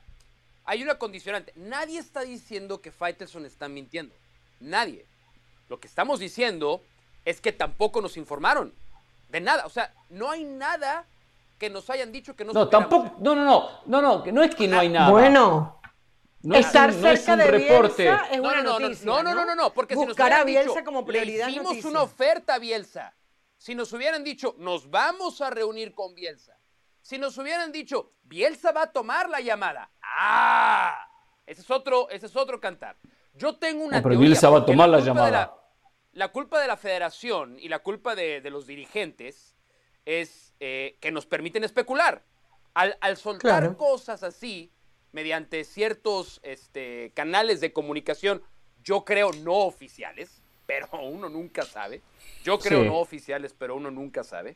Hay una condicionante. Nadie está diciendo que Faitelson está mintiendo. Nadie. Lo que estamos diciendo es que tampoco nos informaron. De nada. O sea, no hay nada que nos hayan dicho que no No, tampoco. No, no, no. No, no. No es que no hay nada. Bueno. No estar es un, cerca no es un de reporte. Bielsa es no, una no, no, noticia, no, no, no, no, no, porque buscar si nos a Bielsa dicho, como prioridad le hicimos noticia. una oferta a Bielsa. Si nos hubieran dicho, nos vamos a reunir con Bielsa. Si nos hubieran dicho, Bielsa va a tomar la llamada. ¡Ah! Ese es otro, ese es otro cantar. Yo tengo una no, pero teoría. Bielsa va a tomar la, la llamada. La, la culpa de la federación y la culpa de, de los dirigentes es eh, que nos permiten especular. Al, al soltar claro. cosas así, mediante ciertos este, canales de comunicación, yo creo no oficiales, pero uno nunca sabe. Yo creo sí. no oficiales, pero uno nunca sabe.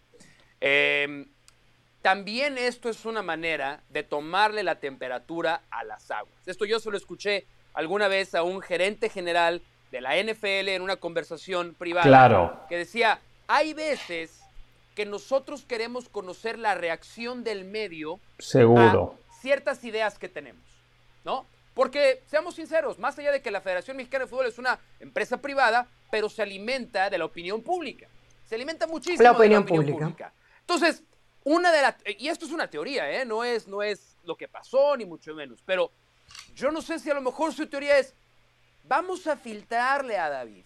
Eh, también esto es una manera de tomarle la temperatura a las aguas. Esto yo se lo escuché alguna vez a un gerente general de la N F L en una conversación privada. Claro. Que decía, hay veces que nosotros queremos conocer la reacción del medio Seguro. a ciertas ideas que tenemos, ¿no? Porque, seamos sinceros, más allá de que la Federación Mexicana de Fútbol es una empresa privada, pero se alimenta de la opinión pública. Se alimenta muchísimo la opinión de la opinión pública. pública. Entonces, una de las... Y esto es una teoría, ¿eh? No es, no es lo que pasó, ni mucho menos. Pero yo no sé si a lo mejor su teoría es, vamos a filtrarle a David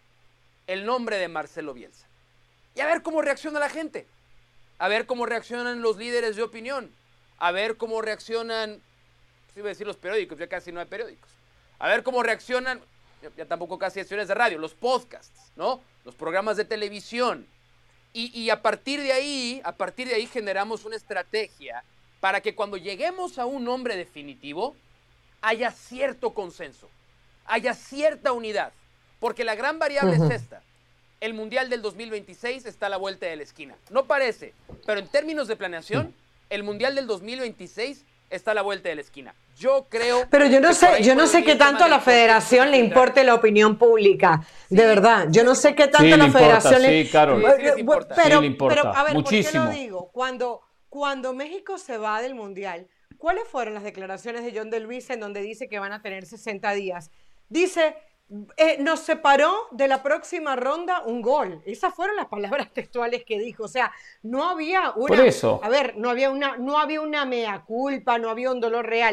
el nombre de Marcelo Bielsa. Y a ver cómo reacciona la gente. A ver cómo reaccionan los líderes de opinión. A ver cómo reaccionan, pues iba a decir los periódicos, ya casi no hay periódicos. A ver cómo reaccionan, ya, ya tampoco casi hay estaciones de radio, los podcasts, ¿no? Los programas de televisión. Y, y a partir de ahí, a partir de ahí generamos una estrategia para que cuando lleguemos a un nombre definitivo, haya cierto consenso, haya cierta unidad. Porque la gran variable uh-huh. es esta. El Mundial del dos mil veintiséis está a la vuelta de la esquina. No parece, pero en términos de planeación, el Mundial del dos mil veintiséis está a la vuelta de la esquina. Yo creo... Pero yo no sé, yo no sé qué tanto a la federación le importe la opinión pública. Sí, de verdad, yo no sé qué tanto sí, a la importa, federación le... Sí, claro. Sí, sí les importa. Pero, sí, le importa. pero, a ver, muchísimo. ¿por qué lo digo? Cuando, cuando México se va del Mundial, ¿cuáles fueron las declaraciones de John de Luisa en donde dice que van a tener sesenta días? Dice... Eh, nos separó de la próxima ronda un gol. Esas fueron las palabras textuales que dijo. O sea, no había una... Por eso. A ver, no había una, no había una mea culpa, no había un dolor real.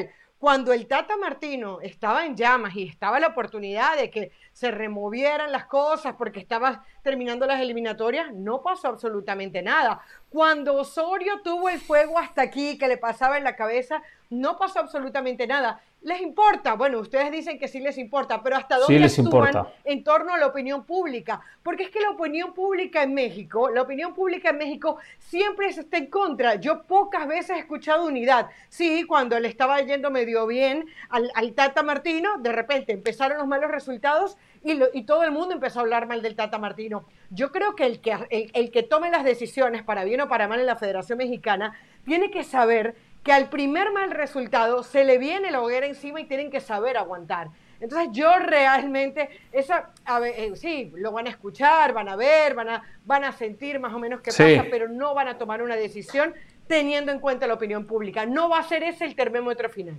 cuando el Tata Martino estaba en llamas y estaba la oportunidad de que se removieran las cosas porque estaba terminando las eliminatorias, no pasó absolutamente nada. Cuando Osorio tuvo el fuego hasta aquí, que le pasaba en la cabeza, no pasó absolutamente nada. ¿Les importa? Bueno, ustedes dicen que sí les importa, pero ¿hasta dónde sí actúan en torno a la opinión pública? Porque es que la opinión pública en México, la opinión pública en México siempre está en contra. Yo pocas veces he escuchado unidad. Sí, cuando le estaba yendo medio bien al, al Tata Martino, de repente empezaron los malos resultados y, lo, y todo el mundo empezó a hablar mal del Tata Martino. Yo creo que el que, el, el que tome las decisiones, para bien o para mal en la Federación Mexicana, tiene que saber que al primer mal resultado se le viene la hoguera encima y tienen que saber aguantar. Entonces yo realmente, esa, a ver, eh, sí, lo van a escuchar, van a ver, van a, van a sentir más o menos qué sí. pasa, pero no van a tomar una decisión teniendo en cuenta la opinión pública. No va a ser ese el termómetro final.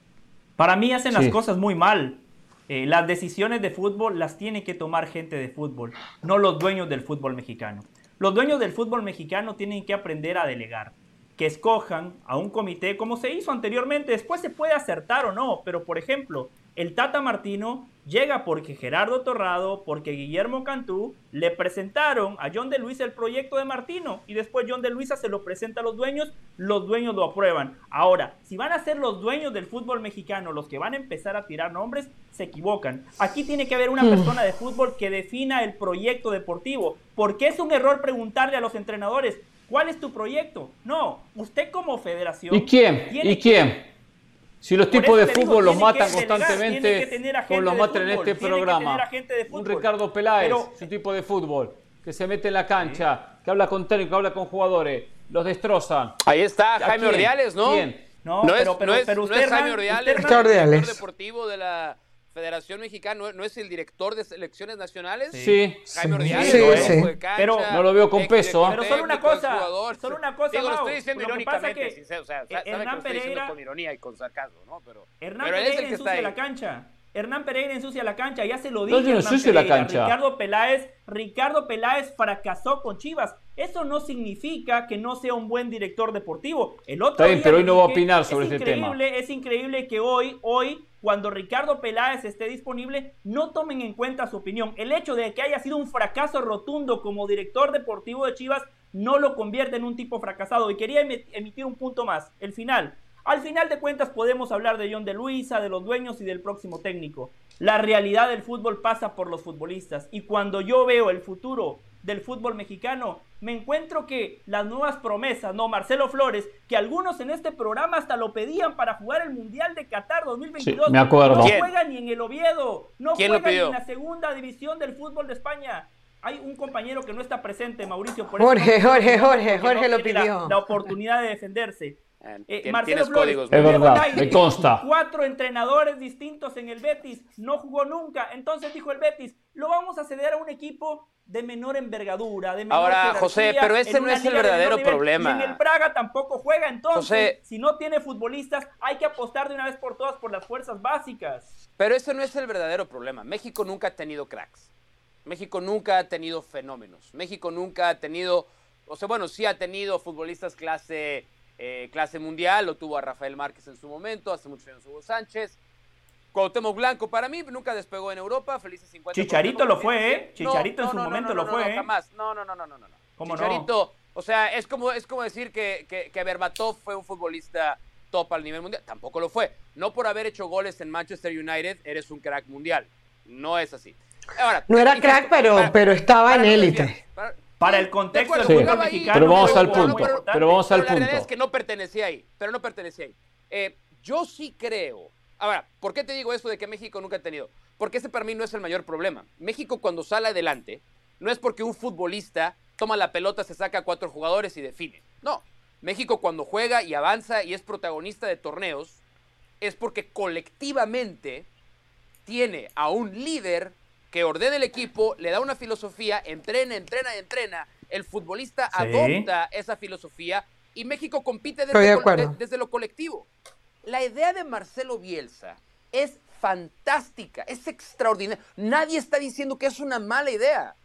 Para mí hacen sí. las cosas muy mal. Eh, las decisiones de fútbol las tiene que tomar gente de fútbol, no los dueños del fútbol mexicano. Los dueños del fútbol mexicano tienen que aprender a delegar. Que escojan a un comité como se hizo anteriormente. Después se puede acertar o no, pero por ejemplo, el Tata Martino llega porque Gerardo Torrado, porque Guillermo Cantú le presentaron a John de Luisa el proyecto de Martino y después John de Luisa se lo presenta a los dueños, los dueños lo aprueban. Ahora, si van a ser los dueños del fútbol mexicano los que van a empezar a tirar nombres, se equivocan. Aquí tiene que haber una persona de fútbol que defina el proyecto deportivo, porque es un error preguntarle a los entrenadores ¿cuál es tu proyecto? No, usted como federación... ¿Y quién? ¿Y quién? Que... Si los tipos de fútbol digo, los matan delegar, constantemente, como los matan en este programa. Un Ricardo Peláez, pero, su tipo de fútbol, que se mete en la cancha, sí. que habla con técnico, que habla con jugadores, los destrozan. Ahí está, Jaime Ordiales, ¿no? ¿Quién? No, no es, pero, pero, no es, pero usted, no es Jaime Ordiales, usted, el director deportivo de la Federación Mexicana, ¿no, no es el director de selecciones nacionales? Sí. Jaime Ordiales, sí, no, sí. de cancha, pero no lo veo con peso. Pero solo una cosa, solo una cosa, Digo, lo Mau, estoy diciendo lo irónicamente, que sincero, o sea, eh, sabe Hernán que lo estoy Pereira, diciendo con ironía y con sarcasmo, ¿no? Pero, Hernán pero Pereira él es el que ensucia está la ahí. cancha. Hernán Pereira ensucia la cancha, ya se lo dije. No, yo no ensucio la cancha. Ricardo Peláez, Ricardo Peláez fracasó con Chivas. Eso no significa que no sea un buen director deportivo. El otro Está bien, día pero hoy dije, no va a opinar sobre este tema. Es increíble que hoy, hoy, cuando Ricardo Peláez esté disponible, no tomen en cuenta su opinión. El hecho de que haya sido un fracaso rotundo como director deportivo de Chivas no lo convierte en un tipo fracasado. Y quería emitir un punto más, el final. Al final de cuentas podemos hablar de John de Luisa, de los dueños y del próximo técnico. La realidad del fútbol pasa por los futbolistas. Y cuando yo veo el futuro del fútbol mexicano, me encuentro que las nuevas promesas, no, Marcelo Flores, que algunos en este programa hasta lo pedían para jugar el Mundial de Qatar dos mil veintidós. Sí, me acuerdo. No ¿Quién? juega ni en el Oviedo, no ¿Quién juega lo ni pidió? en la segunda división del fútbol de España. Hay un compañero que no está presente, Mauricio. Por Jorge, eso no, Jorge, Jorge, porque Jorge no lo tiene pidió. La, la oportunidad de defenderse. Eh, Tien- Marcelo tienes Flores, códigos, Es ¿no? verdad, Aire, me consta. Cuatro entrenadores distintos en el Betis, no jugó nunca. Entonces dijo el Betis, lo vamos a ceder a un equipo de menor envergadura, de menor Ahora, jerarquía, José, pero ese en no una es el liga de menor verdadero nivel. problema. Y en el Braga tampoco juega. Entonces, José, si no tiene futbolistas, hay que apostar de una vez por todas por las fuerzas básicas. Pero ese no es el verdadero problema. México nunca ha tenido cracks. México nunca ha tenido fenómenos. México nunca ha tenido, o sea, bueno, sí ha tenido futbolistas clase, eh, clase mundial. Lo tuvo a Rafael Márquez en su momento, hace muchos años Hugo Sánchez. Cuauhtémoc Blanco para mí nunca despegó en Europa. Felices cincuenta. Chicharito lo fue, ¿eh? No, Chicharito no, en su no, momento no, no, lo no, fue, no, ¿eh? jamás. No, no, no, no, no, no. ¿Cómo Chicharito, o sea, es como, es como decir que, que, que Berbatov fue un futbolista top al nivel mundial. Tampoco lo fue. No por haber hecho goles en Manchester United eres un crack mundial. No es así. Ahora, No era insisto, crack, pero, para- pero estaba para en no élite. desviar, para- Para sí, el contexto de del acuerdo, fútbol jugaba ahí, mexicano, Pero vamos fue al un jugador punto, muy importante, pero vamos al pero la realidad punto. es que no pertenecía ahí, pero no pertenecía ahí. Eh, yo sí creo. Ahora, ¿por qué te digo esto de que México nunca ha tenido? Porque ese para mí no es el mayor problema. México cuando sale adelante, no es porque un futbolista toma la pelota, se saca a cuatro jugadores y define. No. México cuando juega y avanza y es protagonista de torneos, es porque colectivamente tiene a un líder que ordena el equipo, le da una filosofía, entrena, entrena, entrena. El futbolista Sí. adopta esa filosofía y México compite Estoy de desde, acuerdo. de- desde lo colectivo. La idea de Marcelo Bielsa es fantástica, es extraordinaria. Nadie está diciendo que es una mala idea.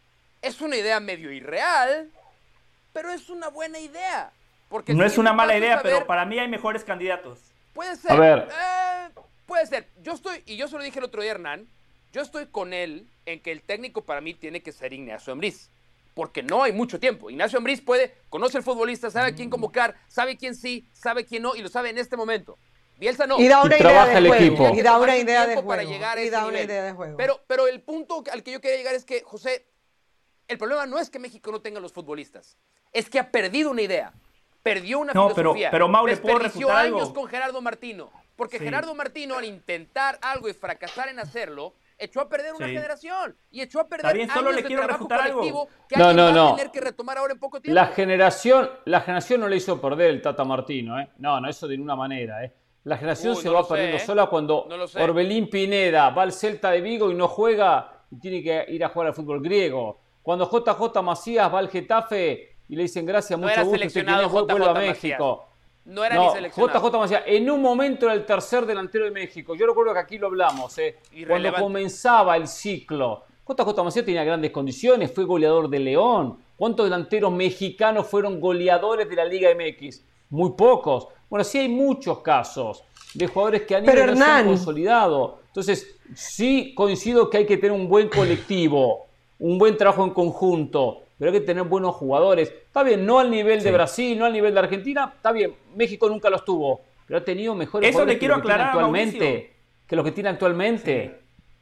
Es una idea medio irreal, pero es una buena idea. Porque No el es una siguiente mala paso idea, es pero saber- para mí hay mejores candidatos. puede ser. A ver. Eh, puede ser. Yo estoy, y yo se lo dije el otro día, Hernán, yo estoy con él en que el técnico para mí tiene que ser Ignacio Ambriz. Porque no hay mucho tiempo. Ignacio Ambriz puede, conoce al futbolista, sabe a quién convocar, sabe quién sí, sabe quién no, y lo sabe en este momento. Bielsa no. Y da una Y idea trabaja de el juego. equipo. Y da una idea de Tiempo juego. para llegar a Y ese da una nivel. idea de juego. Pero, pero el punto al que yo quería llegar es que, José, el problema no es que México no tenga los futbolistas, es que ha perdido una idea, perdió una No, pero- filosofía, pero, Mau, ¿le puedo desperdició refutar años algo? con Gerardo Martino, porque Sí. Gerardo Martino al intentar algo y fracasar en hacerlo, echó a perder una Sí. generación y echó a perder Está bien, solo años le de quiero trabajo refutar algo. colectivo que No, alguien no, va a no. tener que retomar ahora en poco tiempo. La generación, la generación no le hizo perder el Tata Martino, ¿eh? No, no, eso de ninguna manera, ¿eh? La generación Uy, se no va lo sé, perdiendo ¿eh? sola cuando No lo sé. Orbelín Pineda va al Celta de Vigo y no juega y tiene que ir a jugar al fútbol griego. Cuando J J Macías va al Getafe y le dicen gracias, No mucho era gusto, usted seleccionado quiere, vuelva J J a México. No era No, ni seleccionado. J J Macías, en un momento era el tercer delantero de México. Yo recuerdo que aquí lo hablamos, ¿eh? Cuando Irrelevante. comenzaba el ciclo. J J Macías tenía grandes condiciones, fue goleador de León. ¿Cuántos delanteros mexicanos fueron goleadores de la Liga M X? Muy pocos. Bueno, sí hay muchos casos de jugadores que han ido Pero, y no se han Hernán. consolidado. Entonces, sí coincido que hay que tener un buen colectivo, un buen trabajo en conjunto, pero hay que tener buenos jugadores. Está bien, no al nivel de Sí. Brasil, no al nivel de Argentina, está bien, México nunca los tuvo, pero ha tenido mejores Eso jugadores le quiero que los que tiene aclarar, actualmente, Mauricio. que los que tiene actualmente.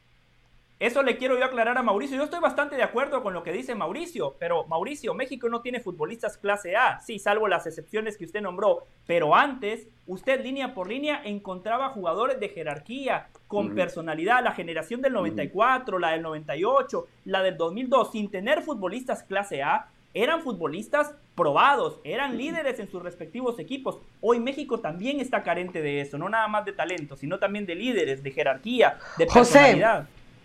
Eso le quiero yo aclarar a Mauricio. Yo estoy bastante de acuerdo con lo que dice Mauricio, pero Mauricio, México no tiene futbolistas clase A, sí, salvo las excepciones que usted nombró, pero antes, usted línea por línea encontraba jugadores de jerarquía, con personalidad, la generación del noventa y cuatro, la del noventa y ocho, la del dos mil dos, sin tener futbolistas clase A, eran futbolistas probados, eran líderes en sus respectivos equipos. Hoy México también está carente de eso, no nada más de talento, sino también de líderes, de jerarquía, de José, personalidad.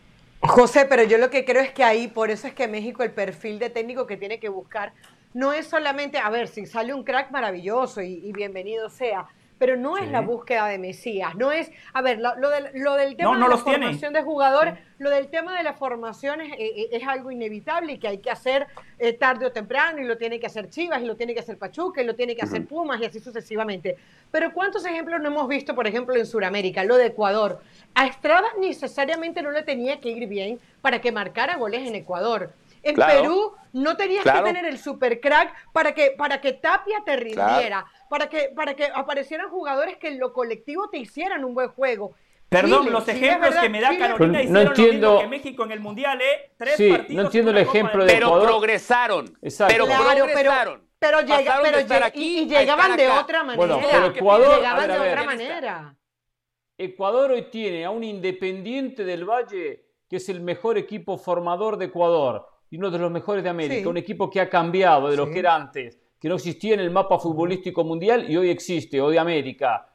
José, pero yo lo que creo es que ahí, por eso es que México, el perfil de técnico que tiene que buscar, no es solamente, a ver, si sale un crack maravilloso y, y bienvenido sea, pero no es Sí. la búsqueda de Mesías, no es, a ver, lo, lo del, lo del tema No, no de la los tiene. formación de jugadores, lo del tema de la formación es, eh, es algo inevitable y que hay que hacer eh, tarde o temprano, y lo tiene que hacer Chivas, y lo tiene que hacer Pachuca, y lo tiene que hacer Pumas, y así sucesivamente. Pero ¿cuántos ejemplos no hemos visto, por ejemplo, en Sudamérica? Lo de Ecuador. A Estrada necesariamente no le tenía que ir bien para que marcara goles en Ecuador. En Claro. Perú no tenías Claro. que tener el super crack para que, para que Tapia te rindiera, para, que, para que aparecieran jugadores que en lo colectivo te hicieran un buen juego. Perdón, Chile, los Chile, ejemplos ¿verdad? que me da Chile- Carolina Pero no hicieron entiendo- lo mismo que México en el Mundial, ¿eh? Tres Sí, partidos no entiendo en el una Copa ejemplo del de Pero Mundo. Ecuador. progresaron. Exacto. Pero Claro, pero, progresaron. pero, llega, Pasaron pero de estar llega- aquí y, y a estar llegaban de acá. otra manera. Bueno, pero Ecuador- llegaban a ver, a de ver. otra manera. Ecuador hoy tiene a un Independiente del Valle que es el mejor equipo formador de Ecuador y uno de los mejores de América, Sí. un equipo que ha cambiado de lo Sí. que era antes, que no existía en el mapa futbolístico mundial y hoy existe, hoy de América.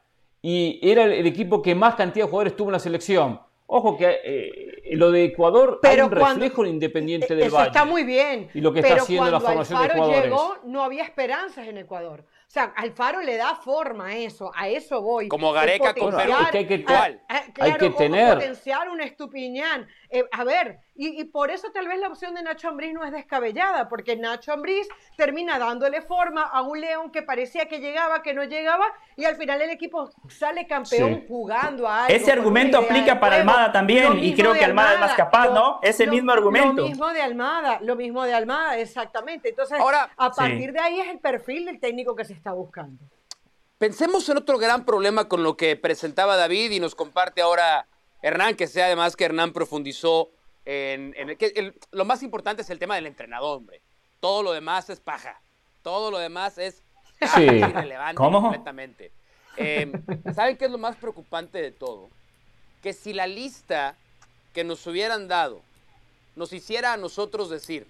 Y era el, el equipo que más cantidad de jugadores tuvo en la selección. Ojo que eh, lo de Ecuador Pero hay un cuando- reflejo en Independiente del Eso Valle. está muy bien. Y lo que está pero haciendo la cuando formación de Alfaro jugadores. llegó, no había esperanzas en Ecuador. O sea, Alfaro le da forma a eso, a eso voy. Como Gareca El con Perú. potenciar- Es que hay que- a- hay a- claro, que o- o tener. potenciar un Estupiñán. Eh, a ver, y, y por eso tal vez la opción de Nacho Ambriz no es descabellada, porque Nacho Ambriz termina dándole forma a un León que parecía que llegaba, que no llegaba, y al final el equipo sale campeón Sí. jugando a algo. Ese con una argumento idea aplica de para juego. Almada también, Lo y mismo creo de que Almada es más capaz, lo- ¿no? Es el lo- mismo argumento. Lo mismo de Almada, lo mismo de Almada, exactamente. Entonces, Ahora- a partir Sí. de ahí es el perfil del técnico que se está buscando. Pensemos en otro gran problema con lo que presentaba David y nos comparte ahora Hernán, que sea además que Hernán profundizó en, en el, que el- lo más importante es el tema del entrenador, hombre. Todo lo demás es paja. Todo lo demás es paja, Sí. es irrelevante ¿Cómo? completamente. Eh, ¿Saben qué es lo más preocupante de todo? Que si la lista que nos hubieran dado nos hiciera a nosotros decir,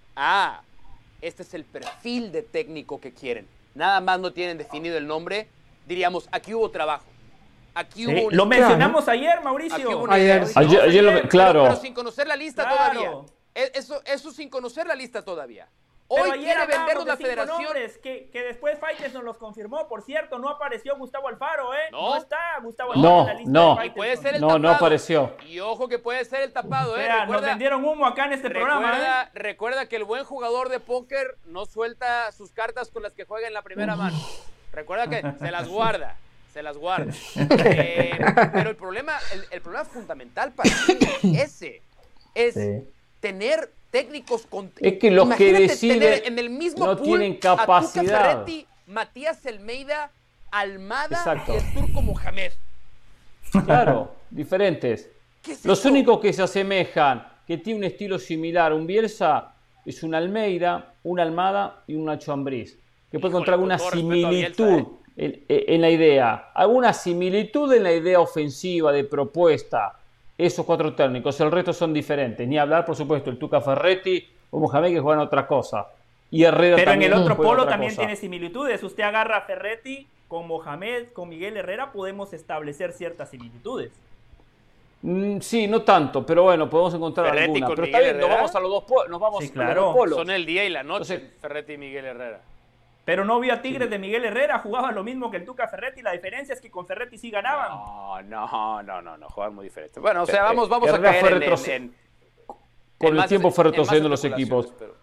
ah, este es el perfil de técnico que quieren, nada más no tienen definido el nombre, diríamos, aquí hubo trabajo. Aquí Sí, hubo un lo estudio. mencionamos ayer, Aquí hubo Mauricio. una Ayer, idea. sí. No, Ayer- ayer lo- pero- claro. Pero sin conocer la lista Claro. todavía. E- Eso, eso sin conocer la lista todavía. Hoy Pero ayer quiere hablábamos vendernos de la cinco federación. nombres, que, que después Faites nos los confirmó. Por cierto, no apareció Gustavo Alfaro, ¿eh? No, No. está Gustavo No, Alfaro en la lista no. de Y Faitelson. puede ser el No, no tapado. apareció. Y ojo que puede ser el tapado, O ¿eh? sea, nos Recuerda, vendieron humo acá en este programa, ¿eh? recuerda, recuerda que el buen jugador de póker no suelta sus cartas con las que juega en la primera mano. Recuerda que se las guarda. se las guardo. Eh, pero el problema, el, el problema fundamental para mí es ese, es sí. tener técnicos con... Es que los que deciden en el mismo no pool tienen capacidad. A Tuca Ferretti, Matías Almeida, Almada Exacto. y el Turco Mohamed. Claro, diferentes. Es los eso? únicos que se asemejan, que tienen un estilo similar a un Bielsa, es un Almeida, un Almada y un Nacho Ambriz. Que puede encontrar alguna similitud Bielsa, ¿eh? en, en la idea. Alguna similitud en la idea ofensiva, de propuesta. Esos cuatro técnicos, el resto son diferentes. Ni hablar, por supuesto, el Tuca Ferretti o Mohamed, que juegan otra cosa. Y Herrera Pero también en el otro polo también cosa. tiene similitudes. Usted agarra a Ferretti con Mohamed, con Miguel Herrera, podemos establecer ciertas similitudes. Mm, sí, no tanto, pero bueno, podemos encontrar Ferretti alguna. con Pero Miguel está bien, nos Herrera. vamos a los dos polos. Nos vamos Sí, a claro. los dos polos. Son el día y la noche, Entonces, Ferretti y Miguel Herrera. Pero no vio a Tigres sí. de Miguel Herrera, jugaban lo mismo que el Tuca Ferretti. La diferencia es que con Ferretti sí ganaban. No, no, no, no, no, jugaban muy diferente. Bueno, o sea, vamos, vamos a Herrera caer fue en, retroce- en, en, Con en el más- tiempo fue en más retrocediendo los especulaciones, equipos. pero-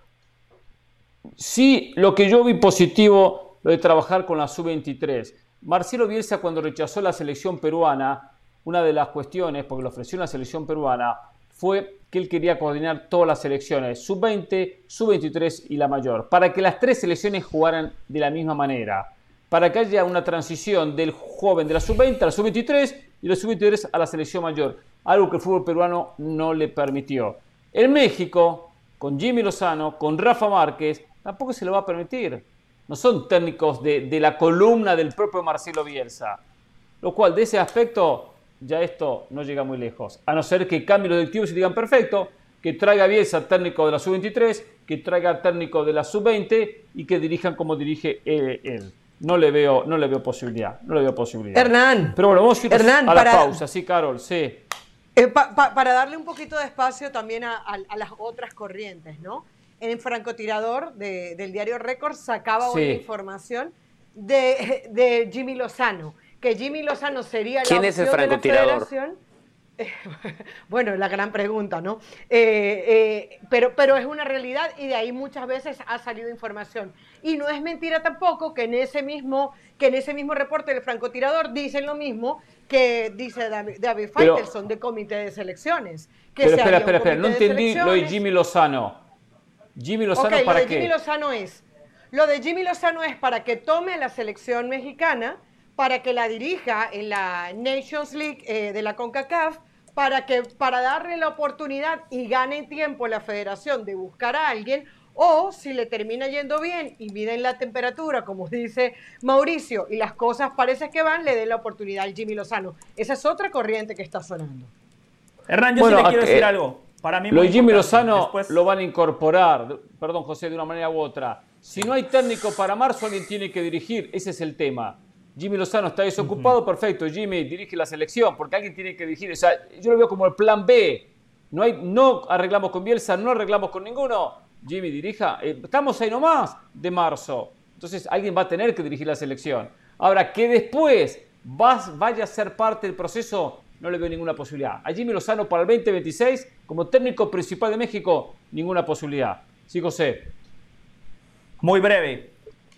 Sí, lo que yo vi positivo, lo de trabajar con la sub veintitrés. Marcelo Bielsa, cuando rechazó la selección peruana, una de las cuestiones, porque le ofreció una selección peruana, fue que él quería coordinar todas las selecciones, sub veinte, sub veintitrés y la mayor, para que las tres selecciones jugaran de la misma manera, para que haya una transición del joven de la sub veinte a la sub veintitrés y de la sub veintitrés a la selección mayor, algo que el fútbol peruano no le permitió. En México, con Jimmy Lozano, con Rafa Márquez, tampoco se lo va a permitir. No son técnicos de, de la columna del propio Marcelo Bielsa. Lo cual, de ese aspecto, ya esto no llega muy lejos. A no ser que cambien los directivos y digan, perfecto, que traiga a Bielsa técnico de la sub veintitrés, que traiga técnico de la sub veinte y que dirijan como dirige él. él. No le veo, no le veo posibilidad. No le veo posibilidad. Hernán. Pero bueno, vamos a ir Hernán, a la para- pausa. Sí, Carol, sí. Eh, pa- pa- para darle un poquito de espacio también a, a- a las otras corrientes, ¿no? En el francotirador de- del diario Récord sacaba Sí. una información de, de Jimmy Lozano, que Jimmy Lozano sería la ¿Quién es el opción de la francotirador? federación. Eh, Bueno, la gran pregunta, ¿no? Eh, eh, pero, pero es una realidad y de ahí muchas veces ha salido información. Y no es mentira tampoco que en ese mismo, que en ese mismo reporte del francotirador dicen lo mismo que dice David, David Pero- Faitelson de comité de selecciones. Que Pero se espera, haría un espera, espera. No comité de entendí lo de selecciones. Jimmy Lozano. Jimmy Lozano, Ok, lo ¿para de qué? Jimmy Lozano es, lo de Jimmy Lozano es para que tome a la selección mexicana, para que la dirija en la Nations League eh, de la CONCACAF, para que para darle la oportunidad y gane tiempo la federación de buscar a alguien, o si le termina yendo bien y miden la temperatura, como dice Mauricio, y las cosas parece que van, le den la oportunidad al Jimmy Lozano. Esa es otra corriente que está sonando. Hernán, yo Bueno, sí le quiero eh, decir algo. Para mí Lo muy de Jimmy importante. Lozano Después- lo van a incorporar, perdón José, de una manera u otra. Si no hay técnico para marzo, alguien tiene que dirigir, ese es el tema. Jimmy Lozano está desocupado, perfecto, Jimmy dirige la selección, porque alguien tiene que dirigir. O sea, yo lo veo como el plan B. No, hay, no arreglamos con Bielsa, no arreglamos con ninguno. Jimmy dirija, eh, estamos ahí nomás de marzo. Entonces alguien va a tener que dirigir la selección. Ahora, que después vas, vaya a ser parte del proceso, no le veo ninguna posibilidad. A Jimmy Lozano para el veinte veintiséis, como técnico principal de México, ninguna posibilidad. Sí, José. Muy breve.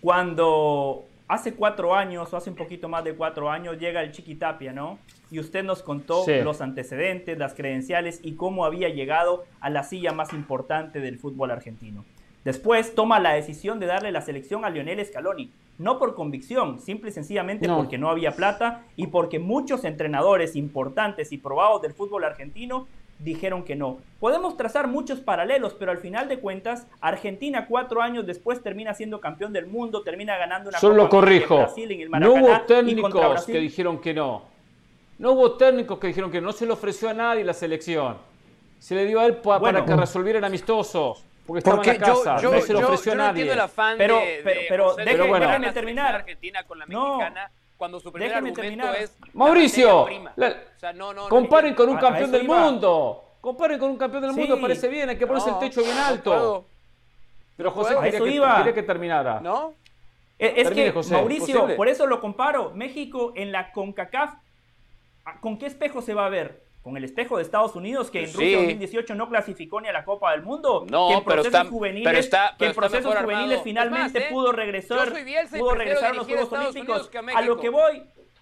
Cuando hace cuatro años o hace un poquito más de cuatro años llega el Chiqui Tapia, ¿no? Y usted nos contó Sí. los antecedentes, las credenciales y cómo había llegado a la silla más importante del fútbol argentino. Después toma la decisión de darle la selección a Lionel Scaloni, no por convicción, simple y sencillamente No. porque no había plata y porque muchos entrenadores importantes y probados del fútbol argentino dijeron que no. Podemos trazar muchos paralelos, pero al final de cuentas, Argentina cuatro años después termina siendo campeón del mundo, termina ganando una Solo Copa lo corrijo. en Brasil, en el No Maracaná, hubo y contra técnicos Brasil- que dijeron que no. No hubo técnicos que dijeron que no. No se le ofreció a nadie la selección. Se le dio a él pa- Bueno. para que resolvieran amistosos. Porque estaba Porque en la yo, casa. yo, no se le yo- ofreció yo a no nadie. entiendo el afán Pero- de, de pero- pero José déjeme- de comparar déjeme la selección terminar. argentina con la No. mexicana cuando su primer Déjeme argumento terminar. es la Mauricio, materia prima. la- O sea, no, no, no comparen con un A- a campeón eso del iba. mundo. Comparen con un campeón del Sí. mundo, parece bien. Hay que ponerse No, el techo bien no alto. puedo. Pero José puedo. quería, A eso que, iba. quería que terminara. ¿No? Es, es Termine, que, José. Mauricio, Posible. por eso lo comparo. México en la CONCACAF, ¿con qué espejo se va a ver? ¿Con el espejo de Estados Unidos, que en Sí. Rusia dos mil dieciocho no clasificó ni a la Copa del Mundo? No, que en pero procesos está- juveniles, pero está- que pero en está procesos mejor juveniles armado. finalmente Es más, ¿eh? pudo regresar, Yo soy Bielsa y pudo prefiero regresar a los dirigir a Juegos Estados Olímpicos. Unidos que a A lo México. que voy,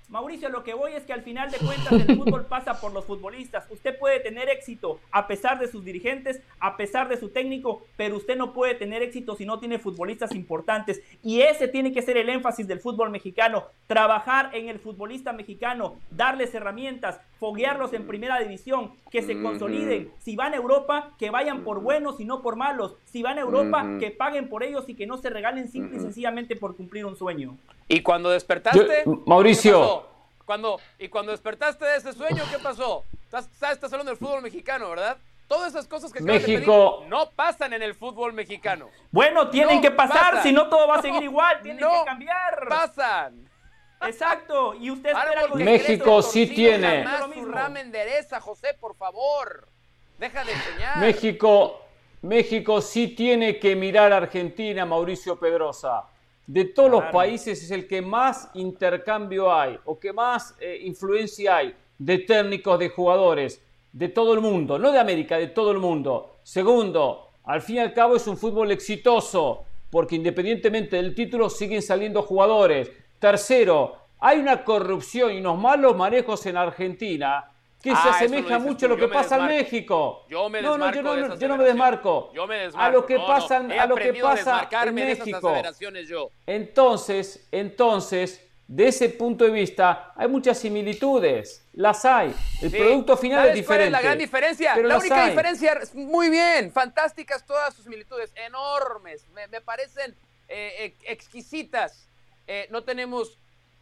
Mauricio, lo que voy es que al final de cuentas el fútbol pasa por los futbolistas. Usted puede tener éxito a pesar de sus dirigentes, a pesar de su técnico, pero usted no puede tener éxito si no tiene futbolistas importantes. Y ese tiene que ser el énfasis del fútbol mexicano. Trabajar en el futbolista mexicano, darles herramientas, foguearlos en primera división, que se consoliden. Si van a Europa, que vayan por buenos y no por malos. Si van a Europa, que paguen por ellos y que no se regalen simple y sencillamente por cumplir un sueño. Y cuando despertaste, Yo, Mauricio, Cuando, y cuando despertaste de ese sueño, ¿qué pasó? Estás, estás hablando del fútbol mexicano, ¿verdad? Todas esas cosas que acabas México de pedir no pasan en el fútbol mexicano. Bueno, tienen no que pasar, pasan. si no todo va a seguir no, igual, tienen no que cambiar. pasan. Exacto, y usted espera Árbol que México crece sí torcido, tiene. jamás su rama endereza, José, por favor. Deja de enseñar. México, México sí tiene que mirar a Argentina, Mauricio Pedrosa. De todos Claro. los países es el que más intercambio hay o que más eh, influencia hay de técnicos, de jugadores, de todo el mundo, no de América, de todo el mundo. Segundo, al fin y al cabo es un fútbol exitoso porque independientemente del título siguen saliendo jugadores. Tercero, hay una corrupción y unos malos manejos en Argentina que Ah, se eso asemeja lo dices mucho a tú, lo yo que me pasa en desmarco. México. Yo me no, no, yo desmarco no, de yo esa no me aseveración. desmarco. Yo me desmarco. A lo que No, pasa, no. He a lo que aprendido a pasa en desmarcarme de esas México. aseveraciones yo. Entonces, entonces, de ese punto de vista, hay muchas similitudes. Las hay. El Sí. producto final ¿Sabes es cuál diferente. es la gran diferencia? pero La las única hay. diferencia es muy bien, fantásticas todas sus similitudes, enormes, me, me parecen eh, eh, exquisitas. Eh, no tenemos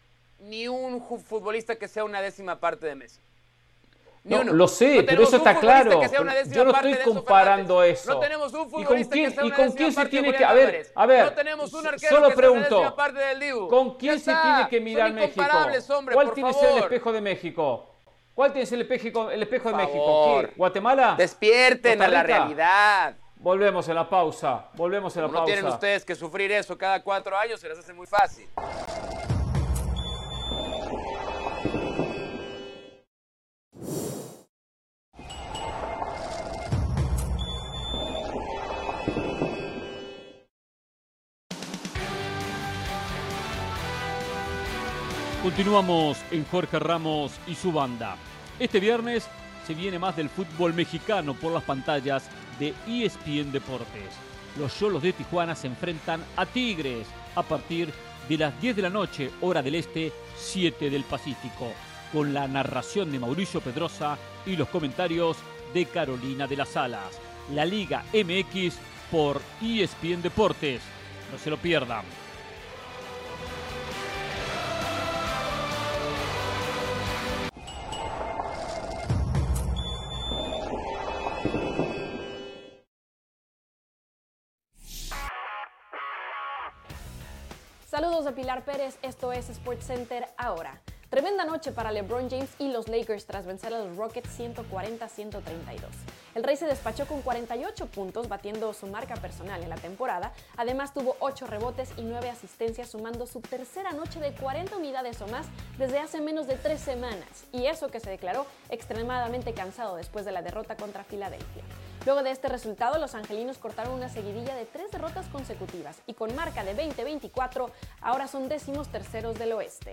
ni un ju- futbolista que sea una décima parte de Messi. Ni No, uno. lo sé, No pero tenemos eso un está futbolista claro. que sea una décima Yo no parte estoy de Enzo comparando Fernández. eso. No tenemos un ¿Y con futbolista quién, que sea y una con décima quién se parte de tiene que... Julián A ver, Álvarez. a ver. No tenemos un arquero Solo que sea una pregunto. décima parte del Dibu. ¿Con Ya quién se está. tiene que mirar Son México? incomparables, hombre, ¿Cuál por tiene que favor. ser el espejo de México? ¿Cuál tiene que ser el espejo, el espejo de Por México? favor. ¿Qué? ¿Guatemala? Despierten a la ¿Costa Rica? realidad. Volvemos en la pausa. Volvemos en la Como no pausa. tienen ustedes que sufrir eso cada cuatro años, se les hace muy fácil. Continuamos en Jorge Ramos y su banda. Este viernes se viene más del fútbol mexicano por las pantallas de E S P N Deportes. Los Xolos de Tijuana se enfrentan a Tigres a partir de las diez de la noche, hora del este, siete del Pacífico, con la narración de Mauricio Pedrosa y los comentarios de Carolina de las Alas. La Liga M X por E S P N Deportes. No se lo pierdan. Saludos de Pilar Pérez, esto es SportsCenter ahora. Tremenda noche para LeBron James y los Lakers tras vencer a los Rockets ciento cuarenta a ciento treinta y dos. El Rey se despachó con cuarenta y ocho puntos, batiendo su marca personal en la temporada. Además tuvo ocho rebotes y nueve asistencias, sumando su tercera noche de cuarenta unidades o más desde hace menos de tres semanas. Y eso que se declaró extremadamente cansado después de la derrota contra Filadelfia. Luego de este resultado, los angelinos cortaron una seguidilla de tres derrotas consecutivas y con marca de veinte veinticuatro, ahora son décimos terceros del oeste.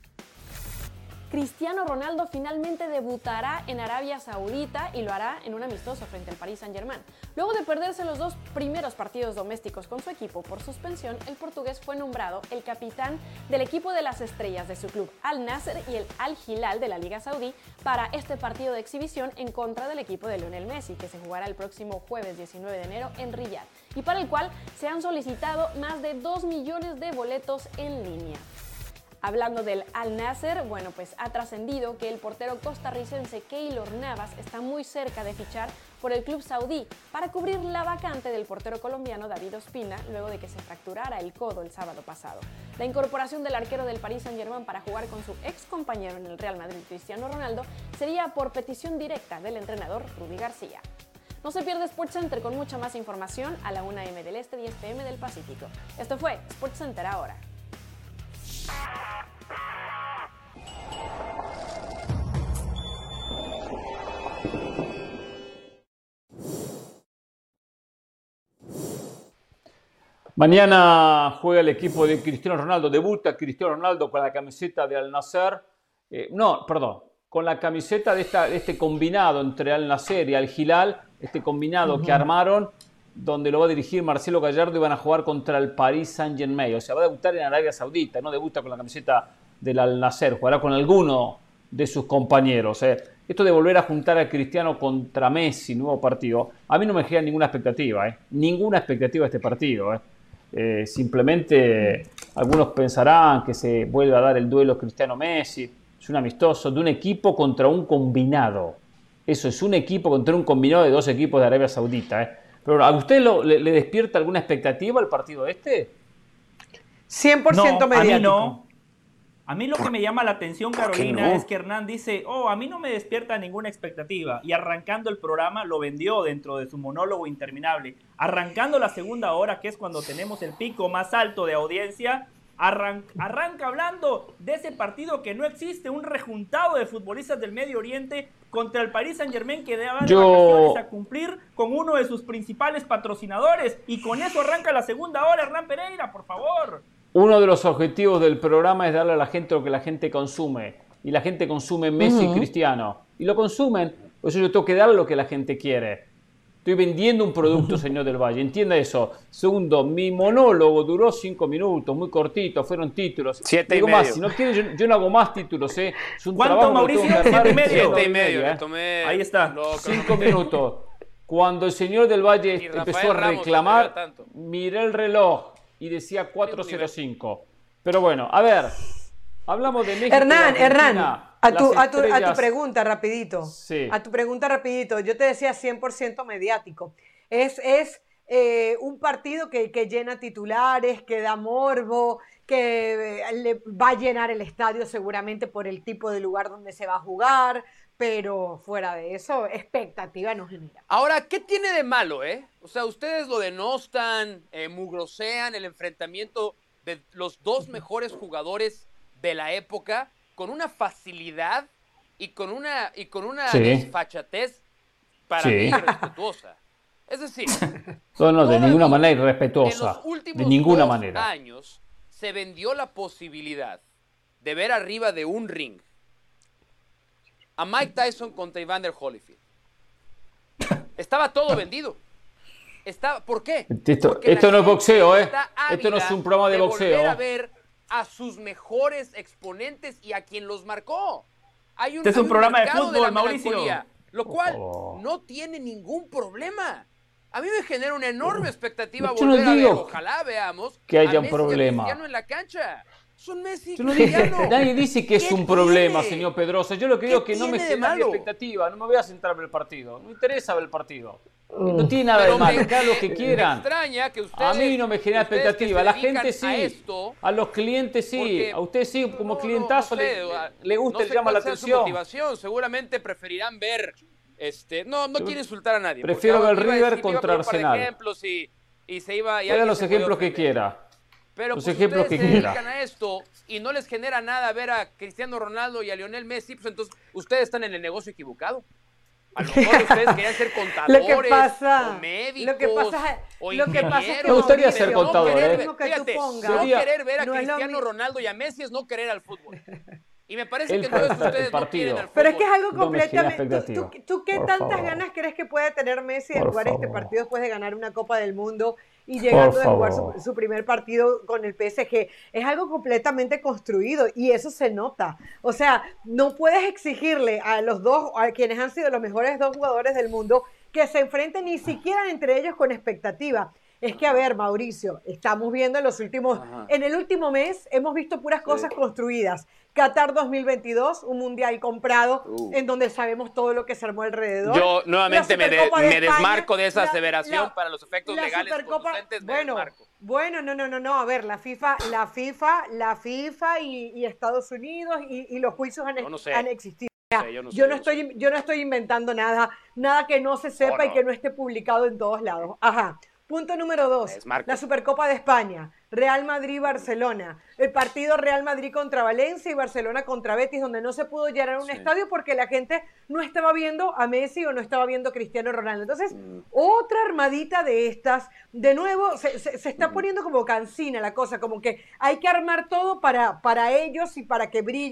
Cristiano Ronaldo finalmente debutará en Arabia Saudita y lo hará en un amistoso frente al Paris Saint-Germain. Luego de perderse los dos primeros partidos domésticos con su equipo por suspensión, el portugués fue nombrado el capitán del equipo de las estrellas de su club Al Nasser y el Al Hilal de la Liga Saudí para este partido de exhibición en contra del equipo de Lionel Messi, que se jugará el próximo jueves diecinueve de enero en Riyadh y para el cual se han solicitado más de dos millones de boletos en línea. Hablando del Al Nasser, bueno, pues ha trascendido que el portero costarricense Keylor Navas está muy cerca de fichar por el club saudí para cubrir la vacante del portero colombiano David Ospina luego de que se fracturara el codo el sábado pasado. La incorporación del arquero del Paris Saint-Germain para jugar con su ex compañero en el Real Madrid, Cristiano Ronaldo, sería por petición directa del entrenador Rudy García. No se pierde SportsCenter con mucha más información a la una eme del Este, diez pe eme del Pacífico. Esto fue SportsCenter ahora. Mañana juega el equipo de Cristiano Ronaldo, debuta Cristiano Ronaldo con la camiseta de Al Nasser eh, no, perdón, con la camiseta de, esta, de este combinado entre Al Nassr y Al Hilal, este combinado uh-huh. que armaron, donde lo va a dirigir Marcelo Gallardo y van a jugar contra el Paris Saint-Germain. O sea, va a debutar en Arabia Saudita, no debuta con la camiseta del Al Nassr, jugará con alguno de sus compañeros. Eh. Esto de volver a juntar a Cristiano contra Messi, nuevo partido, a mí no me genera ninguna expectativa, eh. ninguna expectativa de este partido. Eh. Eh, simplemente algunos pensarán que se vuelve a dar el duelo Cristiano-Messi. Es un amistoso de un equipo contra un combinado. Eso es un equipo contra un combinado de dos equipos de Arabia Saudita. ¿eh? Pero ¿a usted lo, le, le despierta alguna expectativa el partido este? cien por ciento no, mediático. A mí no. A mí lo que me llama la atención, Carolina, no? es que Hernán dice, oh, a mí no me despierta ninguna expectativa. Y arrancando el programa lo vendió dentro de su monólogo interminable. Arrancando la segunda hora, que es cuando tenemos el pico más alto de audiencia, arran arranca hablando de ese partido que no existe, un rejuntado de futbolistas del Medio Oriente contra el Paris Saint-Germain que va de Yo... vacaciones a cumplir con uno de sus principales patrocinadores. Y con eso arranca la segunda hora, Hernán Pereira, por favor. Uno de los objetivos del programa es darle a la gente lo que la gente consume. Y la gente consume Messi uh-huh. y Cristiano. Y lo consumen, por eso yo tengo que darle lo que la gente quiere. Estoy vendiendo un producto, uh-huh. señor del Valle. Entienda eso. Segundo, mi monólogo duró cinco minutos, muy cortito, fueron títulos. Siete Digo y medio. Más, si no quieren, yo, yo no hago más títulos. ¿eh? Es un ¿Cuánto, Mauricio? Siete y medio. Siete y medio. ¿eh? Tomé Ahí está. Cinco minutos. Cuando el señor del Valle empezó a reclamar, miré el reloj y decía cuatro cero cinco. Pero bueno, a ver, hablamos de México. Hernán, Hernán, a tu, a, tu, estrellas... a tu pregunta rapidito. Sí. A tu pregunta rapidito. Yo te decía cien por ciento mediático. Es, es eh, un partido que, que llena titulares, que da morbo, que eh, le va a llenar el estadio seguramente por el tipo de lugar donde se va a jugar, pero fuera de eso, expectativa no genera. Ahora, ¿qué tiene de malo, eh? O sea, ustedes lo denostan, eh, mugrosean el enfrentamiento de los dos mejores jugadores de la época con una facilidad y con una, y con una sí. desfachatez para sí. mí irrespetuosa. Es decir, no, no, de ninguna manera irrespetuosa. En los últimos de ninguna dos manera. años se vendió la posibilidad de ver arriba de un ring a Mike Tyson contra Evander Holyfield. Estaba todo vendido. Estaba, ¿por qué? Esto, esto no es boxeo, ¿eh? Esto no es un programa de, de boxeo. Volver a ver a sus mejores exponentes y a quien los marcó. Hay un, este es un, un programa de fútbol, de Mauricio. Lo cual oh. no tiene ningún problema. A mí me genera una enorme expectativa Yo volver no a ver. digo Ojalá veamos que haya a un Messi problema. Y a Cristiano en la cancha. Son Messi y Yo no Cristiano. dije, nadie dice que es un problema, señor Pedrosa. Yo lo que digo es que no me genera mi expectativa. No me voy a sentar a ver el partido. No me interesa ver el partido. No tiene nada de malo. Hagan lo que quieran. Me extraña que ustedes, a mí no me genera expectativa. A la gente sí. A, esto, a los clientes sí. A usted sí, como no, clientazo no, no sé, le, le gusta, no le llama la atención. Motivación. Seguramente preferirán ver. Este, no, no quiero insultar a nadie. Prefiero ver River contra Arsenal. Ejemplos y, y se iba. Y los ejemplos que quiera. Pero los pues ejemplos ustedes que se quiera. dedican a esto y no les genera nada ver a Cristiano Ronaldo y a Lionel Messi, pues entonces ustedes están en el negocio equivocado. A lo mejor ustedes querían ser contadores, lo que pasa, o médicos, lo que pasa, o lo que pasa es que me gustaría ser contador. No querer, ¿eh? fíjate, pongas, no querer ver a no Cristiano lo... Ronaldo y a Messi es no querer al fútbol. Y me parece el que entonces ustedes no quieren al fútbol. Pero es que es algo no completamente... ¿Tú, tú, ¿tú qué Por tantas favor. ganas crees que puede tener Messi de Por jugar favor. este partido después de ganar una Copa del Mundo y llegando a jugar su, su primer partido con el P S G? Es algo completamente construido y eso se nota. O sea, no puedes exigirle a los dos, a quienes han sido los mejores dos jugadores del mundo, que se enfrenten ni siquiera entre ellos con expectativa. Es que, a ver, Mauricio, estamos viendo en los últimos, Ajá. en el último mes hemos visto puras cosas sí. construidas. Qatar dos mil veintidós, un mundial comprado, uh. en donde sabemos todo lo que se armó alrededor. Yo nuevamente me, de, de me España, desmarco de esa la, aseveración la, para los efectos la legales Supercopa, conducentes, me bueno, desmarco. Bueno, no, no, no, no, a ver, la FIFA, la FIFA, la FIFA y, y Estados Unidos y, y los juicios han, no, no sé. han existido. No sé, yo, no sé, yo, no yo, estoy, no yo no estoy inventando nada, nada que no se sepa oh, no. y que no esté publicado en todos lados. Ajá. Punto número dos, la Supercopa de España, Real Madrid-Barcelona, el partido Real Madrid contra Valencia y Barcelona contra Betis, donde no se pudo llenar un sí. estadio porque la gente no estaba viendo a Messi o no estaba viendo a Cristiano Ronaldo. Entonces, mm. otra armadita de estas, de nuevo, se, se, se está poniendo como cansina la cosa, como que hay que armar todo para, para ellos y para que brillen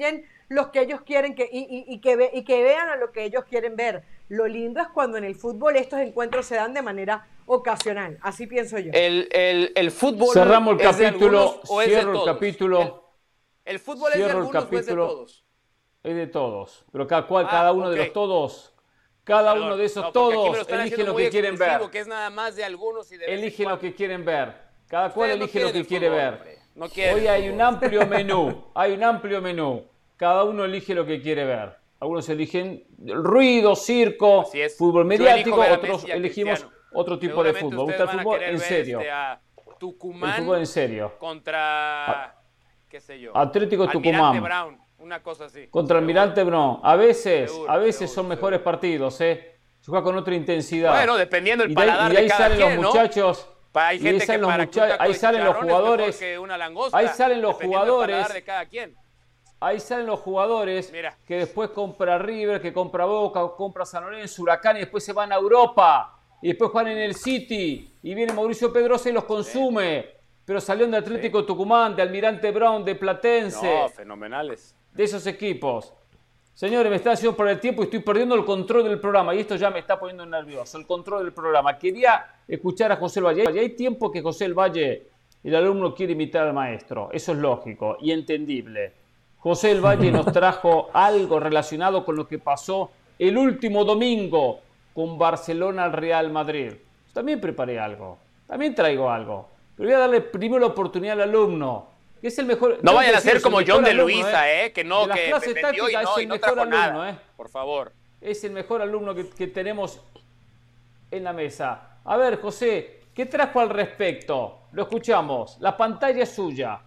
los que ellos quieren que, y, y, y, que ve, y que vean a lo que ellos quieren ver. Lo lindo es cuando en el fútbol estos encuentros se dan de manera ocasional. Así pienso yo. El, el, el fútbol. Cerramos el es capítulo. De o es cierro de el capítulo. El, el fútbol es de algunos o es de todos. Es de todos. Pero cada, cual, ah, cada uno okay. de los todos. Cada Perdón, uno de esos no, todos eligen lo que quieren ver. Que es nada más de algunos y de eligen lo que quieren ver. Cada cual Ustedes elige no lo que quiere fútbol, ver. Hombre. No quieren Hoy hay fútbol. un amplio menú. Hay un amplio menú. Cada uno elige lo que quiere ver. Algunos eligen ruido, circo, fútbol mediático, otros elegimos Cristiano. Otro tipo de fútbol. Gusta el fútbol en serio. Este a Tucumán el fútbol en serio. Contra, qué sé yo. Atlético Tucumán. Brown, una cosa así. Contra Almirante Brown. A veces, seguro, a veces seguro, son seguro. mejores partidos, ¿eh? Se juega con otra intensidad. Bueno, dependiendo del y de, paladar y de ahí de cada salen quien, los ¿no? muchachos. Hay gente y ahí que salen los, para mucha ahí salen los jugadores. Que una langosta, ahí salen los jugadores. De cada quien. Ahí salen los jugadores Mira. que después compra River, que compra Boca, compra San Lorenzo, Huracán y después se van a Europa. Y después juegan en el City. Y viene Mauricio Pedrosa y los consume. Sí. Pero salieron de Atlético sí. Tucumán, de Almirante Brown, de Platense. No, fenomenales. De esos equipos. Señores, me está haciendo por el tiempo y estoy perdiendo el control del programa. Y esto ya me está poniendo nervioso. El control del programa. Quería escuchar a José El Valle. Y hay tiempo que José El Valle, el alumno, quiere imitar al maestro. Eso es lógico y entendible. José El Valle nos trajo algo relacionado con lo que pasó el último domingo con Barcelona al Real Madrid. También preparé algo. También traigo algo. Pero voy a darle primero la oportunidad al alumno. Que es el mejor. No vayan a ser como John de alumno, Luisa, ¿eh? ¿eh? Que no, que vendió y no, es el y no mejor trajo alumno, nada. ¿eh? Por favor. Es el mejor alumno que, que tenemos en la mesa. A ver, José, ¿qué trajo al respecto? Lo escuchamos. La pantalla es suya.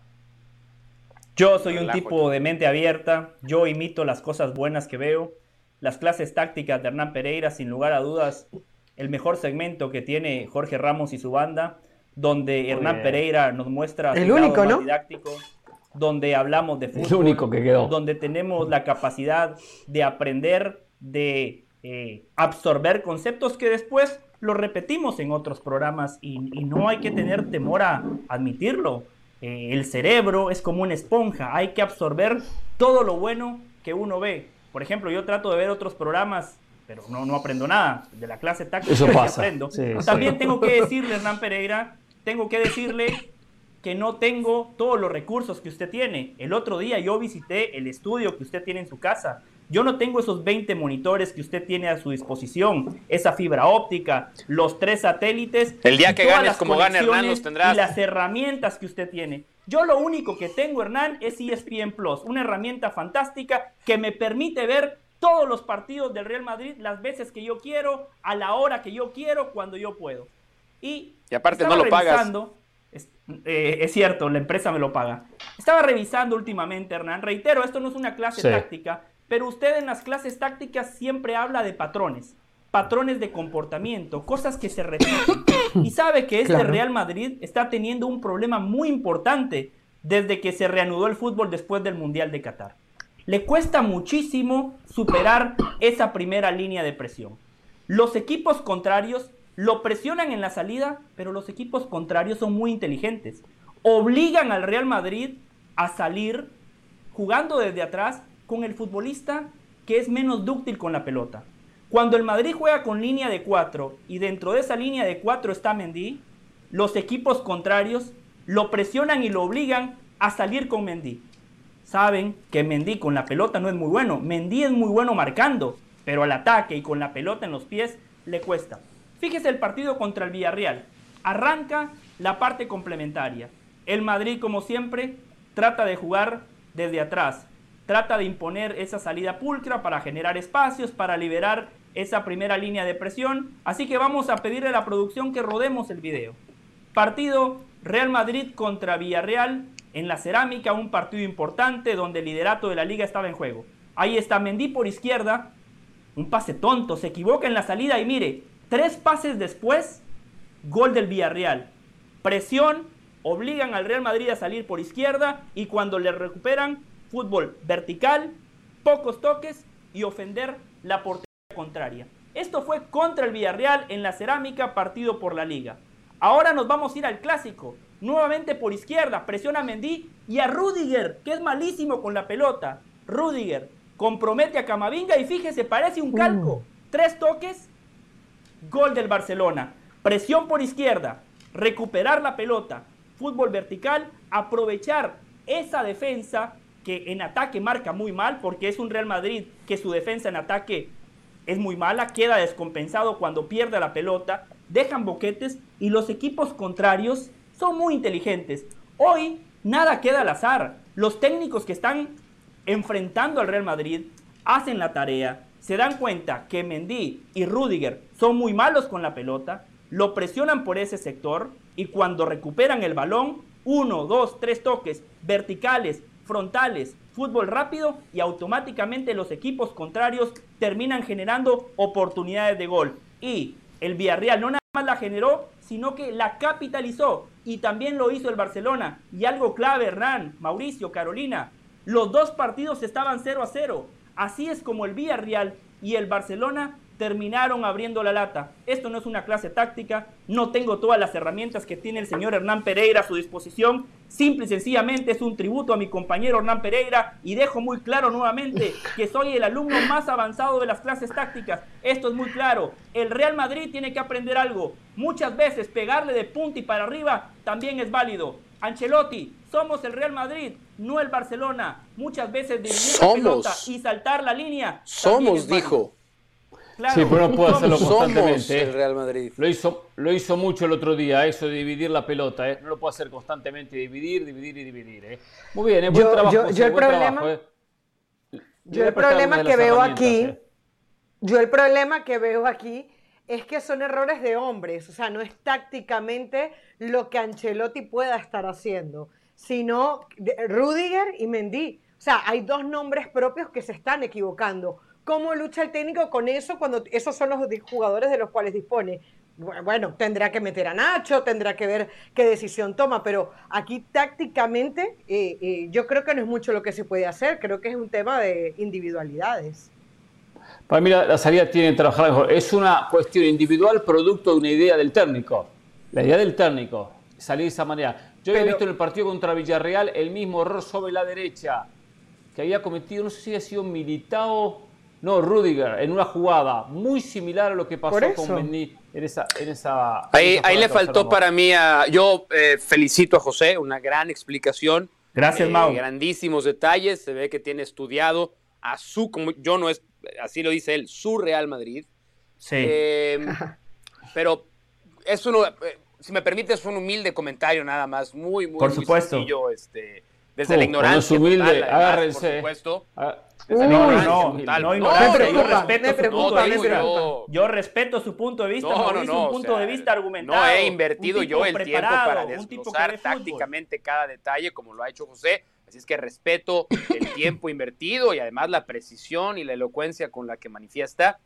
Yo soy un tipo de mente abierta. Yo imito las cosas buenas que veo. Las clases tácticas de Hernán Pereira, sin lugar a dudas, el mejor segmento que tiene Jorge Ramos y su banda, donde Muy Hernán bien. Pereira nos muestra el único, lado ¿no? más didáctico, donde hablamos de fútbol, el único que quedó. Donde tenemos la capacidad de aprender, de eh, absorber conceptos que después los repetimos en otros programas y, y no hay que tener temor a admitirlo. Eh, el cerebro es como una esponja, hay que absorber todo lo bueno que uno ve. Por ejemplo, yo trato de ver otros programas, pero no, no aprendo nada. De la clase táctica Eso pasa. aprendo. Sí, También sí. tengo que decirle, Hernán Pereira, tengo que decirle que no tengo todos los recursos que usted tiene. El otro día yo visité el estudio que usted tiene en su casa. Yo no tengo esos veinte monitores que usted tiene a su disposición, esa fibra óptica, los tres satélites. El día que ganes las como gane Hernán los tendrás. Y las herramientas que usted tiene. Yo lo único que tengo, Hernán, es E S P N Plus, una herramienta fantástica que me permite ver todos los partidos del Real Madrid las veces que yo quiero, a la hora que yo quiero, cuando yo puedo. Y, y aparte no lo pagas. Es, eh, es cierto, la empresa me lo paga. Estaba revisando últimamente, Hernán. Reitero, esto no es una clase sí. táctica, pero usted en las clases tácticas siempre habla de patrones. Patrones de comportamiento, cosas que se repiten. Y sabe que este claro. Real Madrid está teniendo un problema muy importante desde que se reanudó el fútbol después del Mundial de Qatar. Le cuesta muchísimo superar esa primera línea de presión. Los equipos contrarios lo presionan en la salida, pero los equipos contrarios son muy inteligentes. Obligan al Real Madrid a salir jugando desde atrás con el futbolista que es menos dúctil con la pelota. Cuando el Madrid juega con línea de cuatro y dentro de esa línea de cuatro está Mendy, los equipos contrarios lo presionan y lo obligan a salir con Mendy. Saben que Mendy con la pelota no es muy bueno. Mendy es muy bueno marcando, pero al ataque y con la pelota en los pies le cuesta. Fíjese el partido contra el Villarreal. Arranca la parte complementaria. El Madrid, como siempre, trata de jugar desde atrás. Trata de imponer esa salida pulcra para generar espacios, para liberar esa primera línea de presión. Así que vamos a pedirle a la producción que rodemos el video. Partido Real Madrid contra Villarreal en la Cerámica, un partido importante donde el liderato de la liga estaba en juego. Ahí está Mendy por izquierda, un pase tonto, se equivoca en la salida y mire, tres pases después, gol del Villarreal. Presión, obligan al Real Madrid a salir por izquierda y cuando le recuperan, fútbol vertical, pocos toques y ofender la portería contraria. Esto fue contra el Villarreal en la Cerámica, partido por la Liga. Ahora nos vamos a ir al Clásico. Nuevamente por izquierda, presiona a Mendy y a Rüdiger, que es malísimo con la pelota. Rudiger compromete a Camavinga y fíjese, parece un calco. Uh. Tres toques, gol del Barcelona. Presión por izquierda, recuperar la pelota, fútbol vertical, aprovechar esa defensa que en ataque marca muy mal, porque es un Real Madrid que su defensa en ataque es muy mala, queda descompensado cuando pierde la pelota, dejan boquetes y los equipos contrarios son muy inteligentes. Hoy nada queda al azar. Los técnicos que están enfrentando al Real Madrid hacen la tarea, se dan cuenta que Mendy y Rudiger son muy malos con la pelota, lo presionan por ese sector y cuando recuperan el balón, uno, dos, tres toques verticales, frontales, fútbol rápido y automáticamente los equipos contrarios terminan generando oportunidades de gol. Y el Villarreal no nada más la generó, sino que la capitalizó y también lo hizo el Barcelona. Y algo clave, Hernán, Mauricio, Carolina, los dos partidos estaban cero a cero. Así es como el Villarreal y el Barcelona terminaron abriendo la lata. Esto no es una clase táctica, no tengo todas las herramientas que tiene el señor Hernán Pereira a su disposición, simple y sencillamente es un tributo a mi compañero Hernán Pereira y dejo muy claro nuevamente que soy el alumno más avanzado de las clases tácticas. Esto es muy claro, el Real Madrid tiene que aprender algo, muchas veces pegarle de punta y para arriba también es válido. Ancelotti, somos el Real Madrid, no el Barcelona, muchas veces dividir la pelota y saltar la línea. Somos, dijo. Claro, sí, pero no puede hacerlo constantemente. Somos el Real Madrid. Lo hizo, lo hizo mucho el otro día, eso de dividir la pelota. ¿eh? No lo puede hacer constantemente, dividir, dividir y dividir. ¿eh? Muy bien, ¿eh? buen yo, trabajo. Yo, yo el buen problema, trabajo, ¿eh? yo el problema que veo aquí, ¿eh? yo el problema que veo aquí es que son errores de hombres. O sea, no es tácticamente lo que Ancelotti pueda estar haciendo, sino Rudiger y Mendy. O sea, hay dos nombres propios que se están equivocando. ¿Cómo lucha el técnico con eso cuando esos son los jugadores de los cuales dispone? Bueno, tendrá que meter a Nacho, tendrá que ver qué decisión toma, pero aquí tácticamente eh, eh, yo creo que no es mucho lo que se puede hacer, creo que es un tema de individualidades. Para mí la, la salida tiene que trabajar mejor. Es una cuestión individual producto de una idea del técnico. La idea del técnico, salir de esa manera. Yo había pero, visto en el partido contra Villarreal el mismo error sobre la derecha que había cometido, no sé si había sido Militao... No, Rudiger, en una jugada muy similar a lo que pasó con Mendy en esa... En esa ahí en esa ahí le faltó para mí a... Yo eh, felicito a José, una gran explicación. Gracias, eh, Mau. Grandísimos detalles, se ve que tiene estudiado a su... Como yo no es, así lo dice él, su Real Madrid. Sí. Eh, pero es uno... Eh, si me permite, es un humilde comentario nada más, muy, muy, por muy supuesto. sencillo, este, desde oh, la ignorancia. Es humilde, total, además, agárrense. por supuesto. Ah. No, no, no, no, ignorancia, yo respeto su punto de vista. Yo respeto su punto de vista, no, no, no, un punto o sea, de vista argumentado. No he invertido yo el tiempo para desglosar tácticamente cada detalle como lo ha hecho José, así es que respeto el tiempo invertido y además la precisión y la elocuencia con la que manifiesta.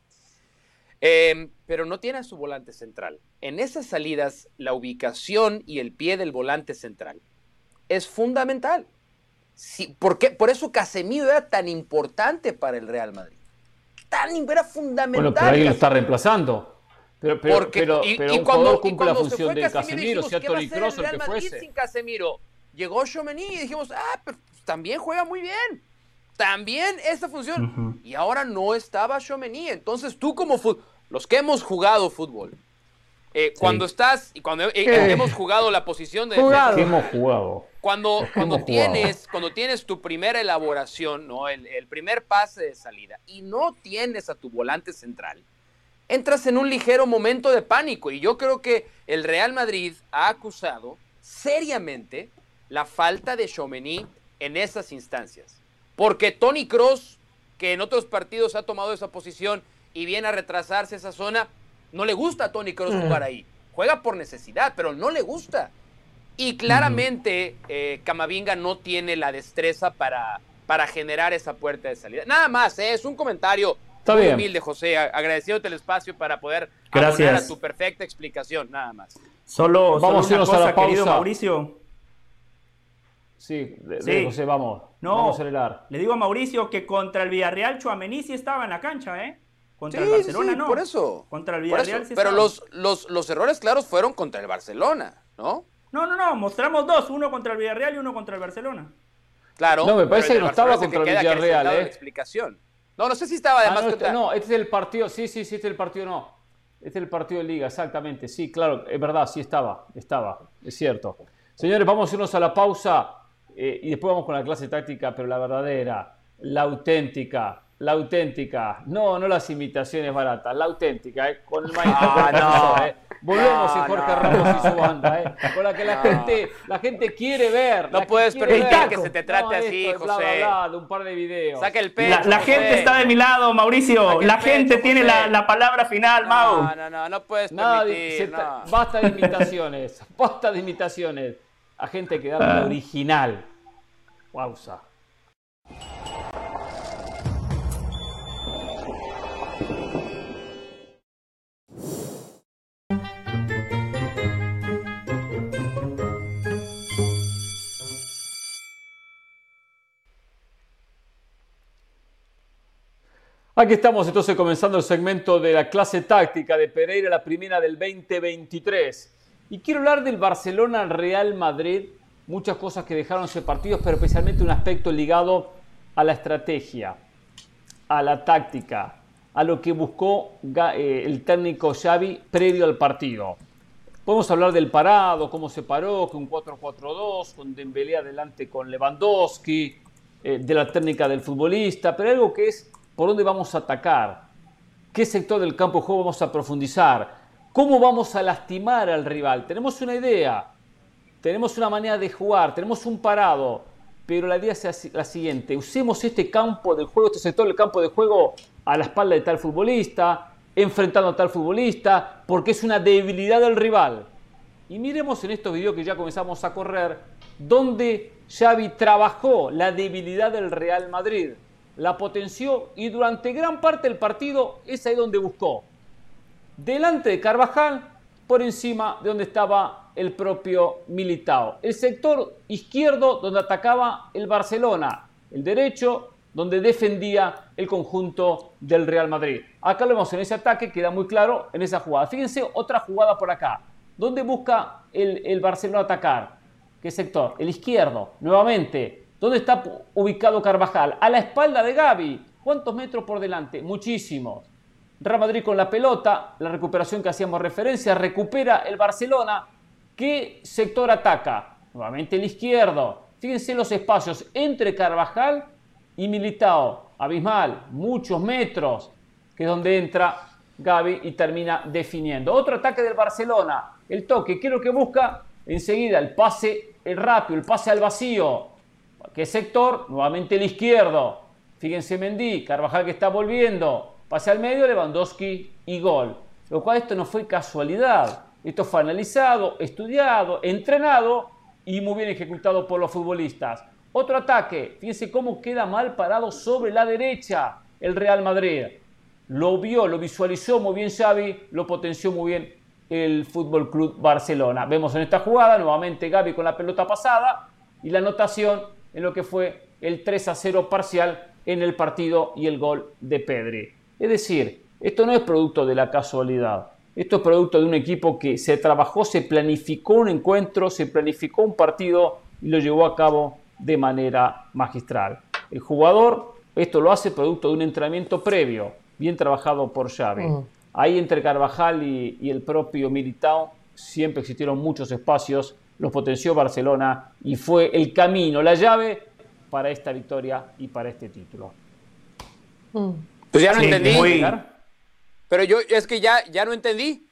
Eh, pero no tiene a su volante central. En esas salidas, la ubicación y el pie del volante central es fundamental. Sí, ¿por qué? Por eso Casemiro era tan importante para el Real Madrid. Tan, era fundamental. Bueno, pero ahí lo está reemplazando. Pero, pero, Porque, pero, y, pero y un cuando, jugador cumple la función Casemiro, de Casemiro, sea Toni Kroos o el que fuese. Sin Casemiro, llegó Tchouaméni y dijimos, ah, pero también juega muy bien. También esa función. Uh-huh. Y ahora no estaba Tchouaméni. Entonces tú como fútbol, los que hemos jugado fútbol, eh, sí. cuando estás, y cuando eh, eh, hemos jugado la posición de defensa, ¿qué hemos jugado? Cuando, cuando, tienes, cuando tienes tu primera elaboración, ¿no? el, el primer pase de salida, y no tienes a tu volante central, entras en un ligero momento de pánico. Y yo creo que el Real Madrid ha acusado seriamente la falta de Tchouaméni en esas instancias. Porque Toni Kroos, que en otros partidos ha tomado esa posición y viene a retrasarse esa zona, no le gusta a Toni Kroos mm. jugar ahí. Juega por necesidad, pero no le gusta. Y claramente eh, Camavinga no tiene la destreza para, para generar esa puerta de salida. Nada más, ¿eh? Es un comentario Está muy bien. humilde, José, agradeciéndote el espacio para poder Gracias. abonar a tu perfecta explicación, nada más. Solo, vamos solo una cosa, a la pausa. Querido Mauricio. Sí, de, sí. De José, vamos. No, vamos a acelerar. Le digo a Mauricio que contra el Villarreal Tchouaméni sí estaba en la cancha, ¿eh? Contra sí, el Barcelona sí, no. por eso. Contra el Villarreal sí Pero estaba. los, los, los errores claros fueron contra el Barcelona, ¿no? No, no, no, mostramos dos, uno contra el Villarreal y uno contra el Barcelona. Claro. No, me parece que no estaba contra el Villarreal, ¿eh? Explicación. No, no sé si estaba además ah, no, contra... este, no, este es el partido, sí, sí, sí, este es el partido, no. Este es el partido de Liga, exactamente. Sí, claro, es verdad, sí estaba, estaba, es cierto. Señores, vamos a irnos a la pausa eh, y después vamos con la clase táctica, pero la verdadera, la auténtica, la auténtica. No, no las imitaciones baratas, la auténtica, ¿eh? Con el maestro. Ah, con el no. profesor, ¿eh? Volvemos No, en Jorge no. Ramos y su banda, ¿eh? Con la que la, No. gente, la gente quiere ver. No la puedes quiere permitir ver. que se te trate No, así, esto, bla, José. bla, bla, de un par de videos. Saca el pecho. La, la José. gente está de mi lado, Mauricio. Saca el La pecho, gente tiene José. la, la palabra final, Mau. No, no, no, no puedes Nada de- permitir. se no. ta- Basta de imitaciones. Basta de imitaciones. A gente que da la original. Pausa. Aquí estamos entonces comenzando el segmento de la clase táctica de Pereira, la primera del veinte veintitrés. Y quiero hablar del Barcelona-Real Madrid, muchas cosas que dejaron ese partido, pero especialmente un aspecto ligado a la estrategia, a la táctica, a lo que buscó eh, el técnico Xavi previo al partido. Podemos hablar del parado, cómo se paró, con un cuatro cuatro dos, con Dembélé adelante con Lewandowski, eh, de la técnica del futbolista, pero algo que es por dónde vamos a atacar, qué sector del campo de juego vamos a profundizar, cómo vamos a lastimar al rival. Tenemos una idea, tenemos una manera de jugar, tenemos un parado, pero la idea es la siguiente: usemos este campo del juego, este sector del campo de juego a la espalda de tal futbolista, enfrentando a tal futbolista, porque es una debilidad del rival. Y miremos en estos videos que ya comenzamos a correr, donde Xavi trabajó la debilidad del Real Madrid, la potenció y durante gran parte del partido es ahí donde buscó. Delante de Carvajal, por encima de donde estaba el propio Militao. El sector izquierdo donde atacaba el Barcelona, el derecho donde defendía el conjunto del Real Madrid. Acá lo vemos en ese ataque, queda muy claro en esa jugada. Fíjense otra jugada por acá. ¿Dónde busca el, el Barcelona atacar? ¿Qué sector? El izquierdo, nuevamente. ¿Dónde está ubicado Carvajal? A la espalda de Gavi. ¿Cuántos metros por delante? Muchísimos. Real Madrid con la pelota, la recuperación que hacíamos referencia, recupera el Barcelona. ¿Qué sector ataca? Nuevamente el izquierdo. Fíjense los espacios entre Carvajal y Militao. Abismal, muchos metros, que es donde entra Gavi y termina definiendo. Otro ataque del Barcelona, el toque. ¿Qué es lo que busca? Enseguida el pase el rápido, el pase al vacío. ¿Qué sector? Nuevamente el izquierdo. Fíjense Mendy, Carvajal que está volviendo. Pase al medio, Lewandowski y gol. Lo cual esto no fue casualidad. Esto fue analizado, estudiado, entrenado y muy bien ejecutado por los futbolistas. Otro ataque. Fíjense cómo queda mal parado sobre la derecha el Real Madrid. Lo vio, lo visualizó muy bien Xavi, lo potenció muy bien el Fútbol Club Barcelona. Vemos en esta jugada nuevamente Gavi con la pelota pasada y la anotación en lo que fue el tres a cero parcial en el partido y el gol de Pedri. Es decir, esto no es producto de la casualidad. Esto es producto de un equipo que se trabajó, se planificó un encuentro, se planificó un partido y lo llevó a cabo de manera magistral. El jugador esto lo hace producto de un entrenamiento previo, bien trabajado por Xavi. Mm. Ahí entre Carvajal y, y el propio Militao siempre existieron muchos espacios, los potenció Barcelona y fue el camino, la llave para esta victoria y para este título. Pues ya no sí, entendí. Muy... Pero yo es que ya, ya no entendí.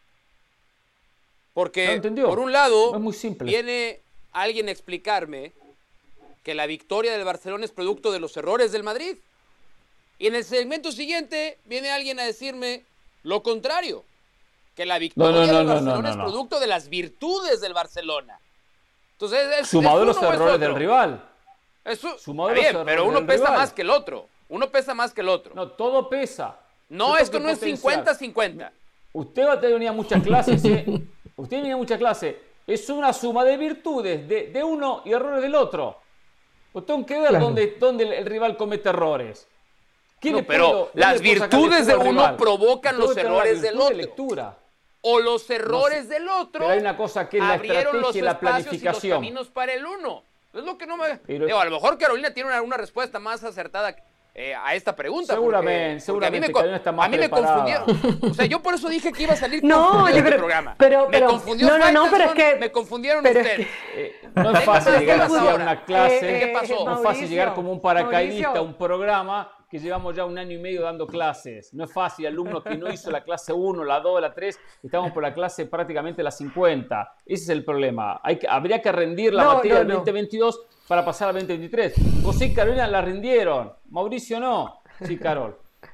Porque ¿No por un lado es muy simple. Viene alguien a explicarme que la victoria del Barcelona es producto de los errores del Madrid. Y en el segmento siguiente viene alguien a decirme lo contrario. Que la victoria no, no, no, del Barcelona no, no, no, es no. producto de las virtudes del Barcelona. Entonces, es, sumado es los uno errores es del rival. Eso Sumado está los bien, errores pero uno del pesa rival. más que el otro. Uno pesa más que el otro. No, todo pesa. No, Yo esto tengo no que es potenciar. cincuenta cincuenta. Usted va a tener muchas clases, ¿eh? Usted tenía muchas clases. Es una suma de virtudes de, de uno y errores del otro. Usted tengo que ver Claro. dónde, dónde el, el rival comete errores. ¿Qué No, le pero puedo- las dónde le puedo sacar virtudes de lectura al uno rival? provocan Usted los debe tener la errores del virtud de otro. lectura. O los errores No sé, del otro pero hay una cosa que es la abrieron los estrategia y la espacios y los planificación. caminos para el uno. Es lo que no me... Pero... Digo, a lo mejor Carolina tiene una, una respuesta más acertada eh, a esta pregunta. Seguramente, porque, seguramente. Porque a mí me, está más a mí me confundieron. O sea, yo por eso dije que iba a salir no, confundido yo este creo, programa. Pero, pero, me confundió no, no, no, pero es que, me confundieron pero ustedes. Es que, eh, no es fácil llegar así a una clase. ¿Qué pasó? No es fácil llegar como un paracaidista Mauricio. a un programa que llevamos ya un año y medio dando clases. No es fácil, alumno que no hizo la clase uno, la dos, la tres, estamos por la clase prácticamente la cincuenta. Ese es el problema. Hay que, habría que rendir la No, materia no, del no. veinte veintidós para pasar al veinte veintitrés. José y Carolina la rindieron, Mauricio no. Sí, Carol.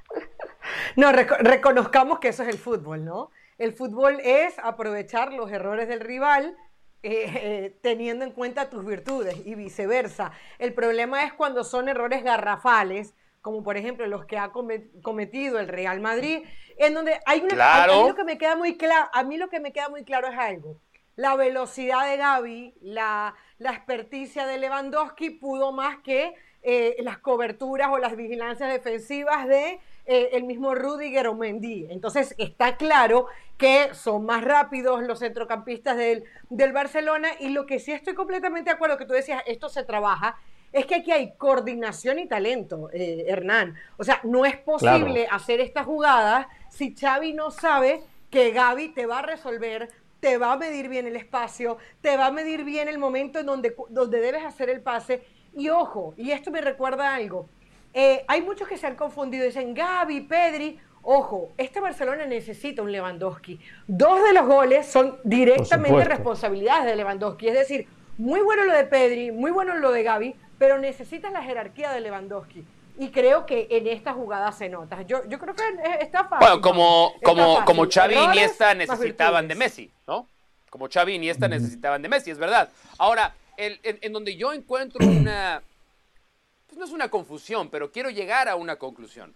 No, reco- reconozcamos que eso es el fútbol, ¿no? El fútbol es aprovechar los errores del rival eh, eh, teniendo en cuenta tus virtudes y viceversa. El problema es cuando son errores garrafales, como por ejemplo los que ha come- cometido el Real Madrid, en donde hay una... Claro. A, a mí lo que me queda muy claro, a mí lo que me queda muy claro es algo. La velocidad de Gavi, la, la experticia de Lewandowski pudo más que eh, las coberturas o las vigilancias defensivas de eh, el mismo Rudiger o Mendy. Entonces está claro que son más rápidos los centrocampistas del, del Barcelona, y lo que sí estoy completamente de acuerdo que tú decías, esto se trabaja, es que aquí hay coordinación y talento, eh, Hernán. O sea, no es posible Claro. hacer estas jugadas si Xavi no sabe que Gavi te va a resolver, te va a medir bien el espacio, te va a medir bien el momento en donde, donde debes hacer el pase. Y ojo, y esto me recuerda algo, eh, hay muchos que se han confundido, dicen Gavi, Pedri. Ojo, este Barcelona necesita un Lewandowski. Dos de los goles son directamente supuesto. responsabilidades de Lewandowski. Es decir, muy bueno lo de Pedri, muy bueno lo de Gavi, pero necesitas la jerarquía de Lewandowski. Y creo que en esta jugada se nota. Yo, yo creo que está fácil. Bueno, como, Está como, fácil. como Xavi y Errores, Iniesta más necesitaban de virtudes. Messi, ¿no? Como Xavi y Iniesta necesitaban de Messi, es verdad. Ahora, el, en, en donde yo encuentro una... Pues no es una confusión, pero quiero llegar a una conclusión.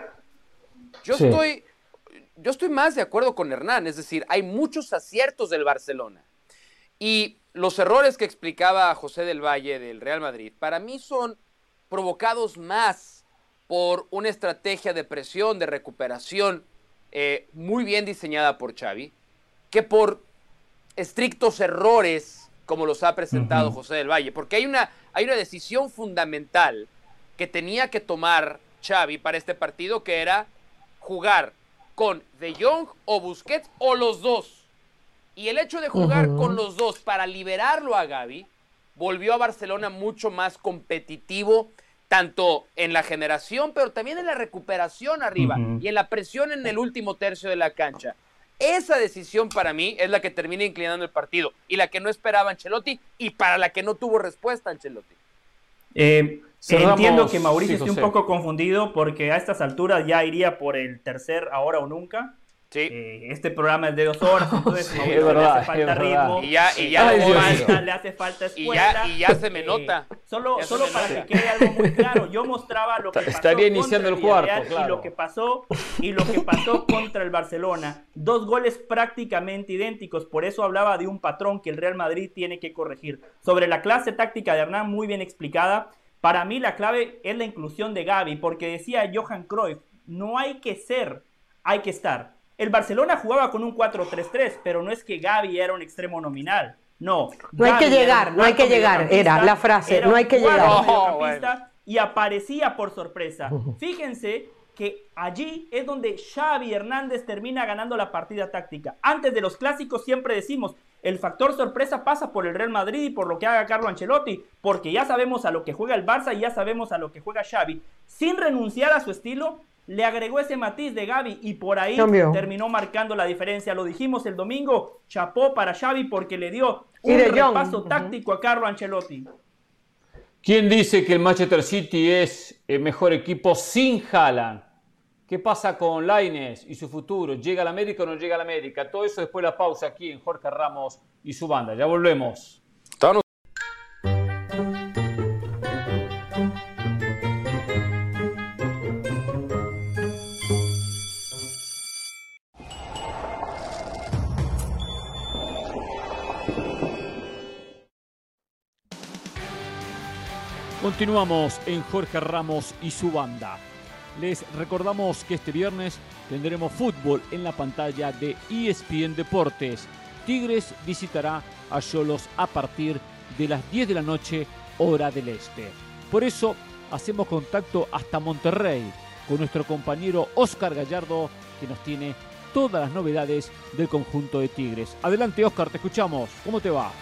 Yo Sí. estoy... Yo estoy más de acuerdo con Hernán, es decir, hay muchos aciertos del Barcelona. Y los errores que explicaba José del Valle del Real Madrid, para mí son provocados más por una estrategia de presión, de recuperación eh, muy bien diseñada por Xavi, que por estrictos errores como los ha presentado uh-huh. José del Valle. Porque hay una, hay una decisión fundamental que tenía que tomar Xavi para este partido, que era jugar con De Jong o Busquets o los dos. Y el hecho de jugar uh-huh. con los dos para liberarlo a Gavi volvió a Barcelona mucho más competitivo, tanto en la generación, pero también en la recuperación arriba uh-huh. y en la presión en el último tercio de la cancha. Esa decisión para mí es la que termina inclinando el partido y la que no esperaba Ancelotti y para la que no tuvo respuesta Ancelotti. Eh, Cerramos, entiendo que Mauricio sí, esté un poco confundido porque a estas alturas ya iría por el tercer ahora o nunca. Sí. Eh, este programa es de dos horas, entonces sí, Mauricio verdad, le hace falta ritmo, y ya, y ya, le, le, falta, le hace falta escuela. Y ya, y ya se me nota. Eh, solo ya solo para nota. que quede algo muy claro, yo mostraba lo que pasó Estaría iniciando el cuarto, Villarreal claro. y lo que pasó y lo que pasó contra el Barcelona. Dos goles prácticamente idénticos, por eso hablaba de un patrón que el Real Madrid tiene que corregir. Sobre la clase táctica de Hernán, muy bien explicada. Para mí la clave es la inclusión de Gavi, porque decía Johan Cruyff, no hay que ser, hay que estar. El Barcelona jugaba con un cuatro tres tres, pero no es que Gavi era un extremo nominal. No. No hay que llegar, no hay que llegar, era la frase, no hay que llegar. Oh, bueno. Y aparecía por sorpresa. Fíjense que allí es donde Xavi Hernández termina ganando la partida táctica. Antes de los clásicos siempre decimos, el factor sorpresa pasa por el Real Madrid y por lo que haga Carlo Ancelotti, porque ya sabemos a lo que juega el Barça y ya sabemos a lo que juega Xavi. Sin renunciar a su estilo, le agregó ese matiz de Gavi y por ahí Cambio. terminó marcando la diferencia. Lo dijimos el domingo, chapó para Xavi porque le dio Y un de Jong. repaso Uh-huh. táctico a Carlo Ancelotti. ¿Quién dice que el Manchester City es el mejor equipo sin Haaland? ¿Qué pasa con Lainez y su futuro? ¿Llega a la América o no llega a la América? Todo eso después de la pausa aquí en Jorge Ramos y su banda. Ya volvemos. Estamos... Continuamos en Jorge Ramos y su banda. Les recordamos que este viernes tendremos fútbol en la pantalla de E S P N Deportes. Tigres visitará a Xolos a partir de las diez de la noche hora del este. Por eso hacemos contacto hasta Monterrey con nuestro compañero Oscar Gallardo, que nos tiene todas las novedades del conjunto de Tigres. Adelante, Oscar, te escuchamos. ¿Cómo te va?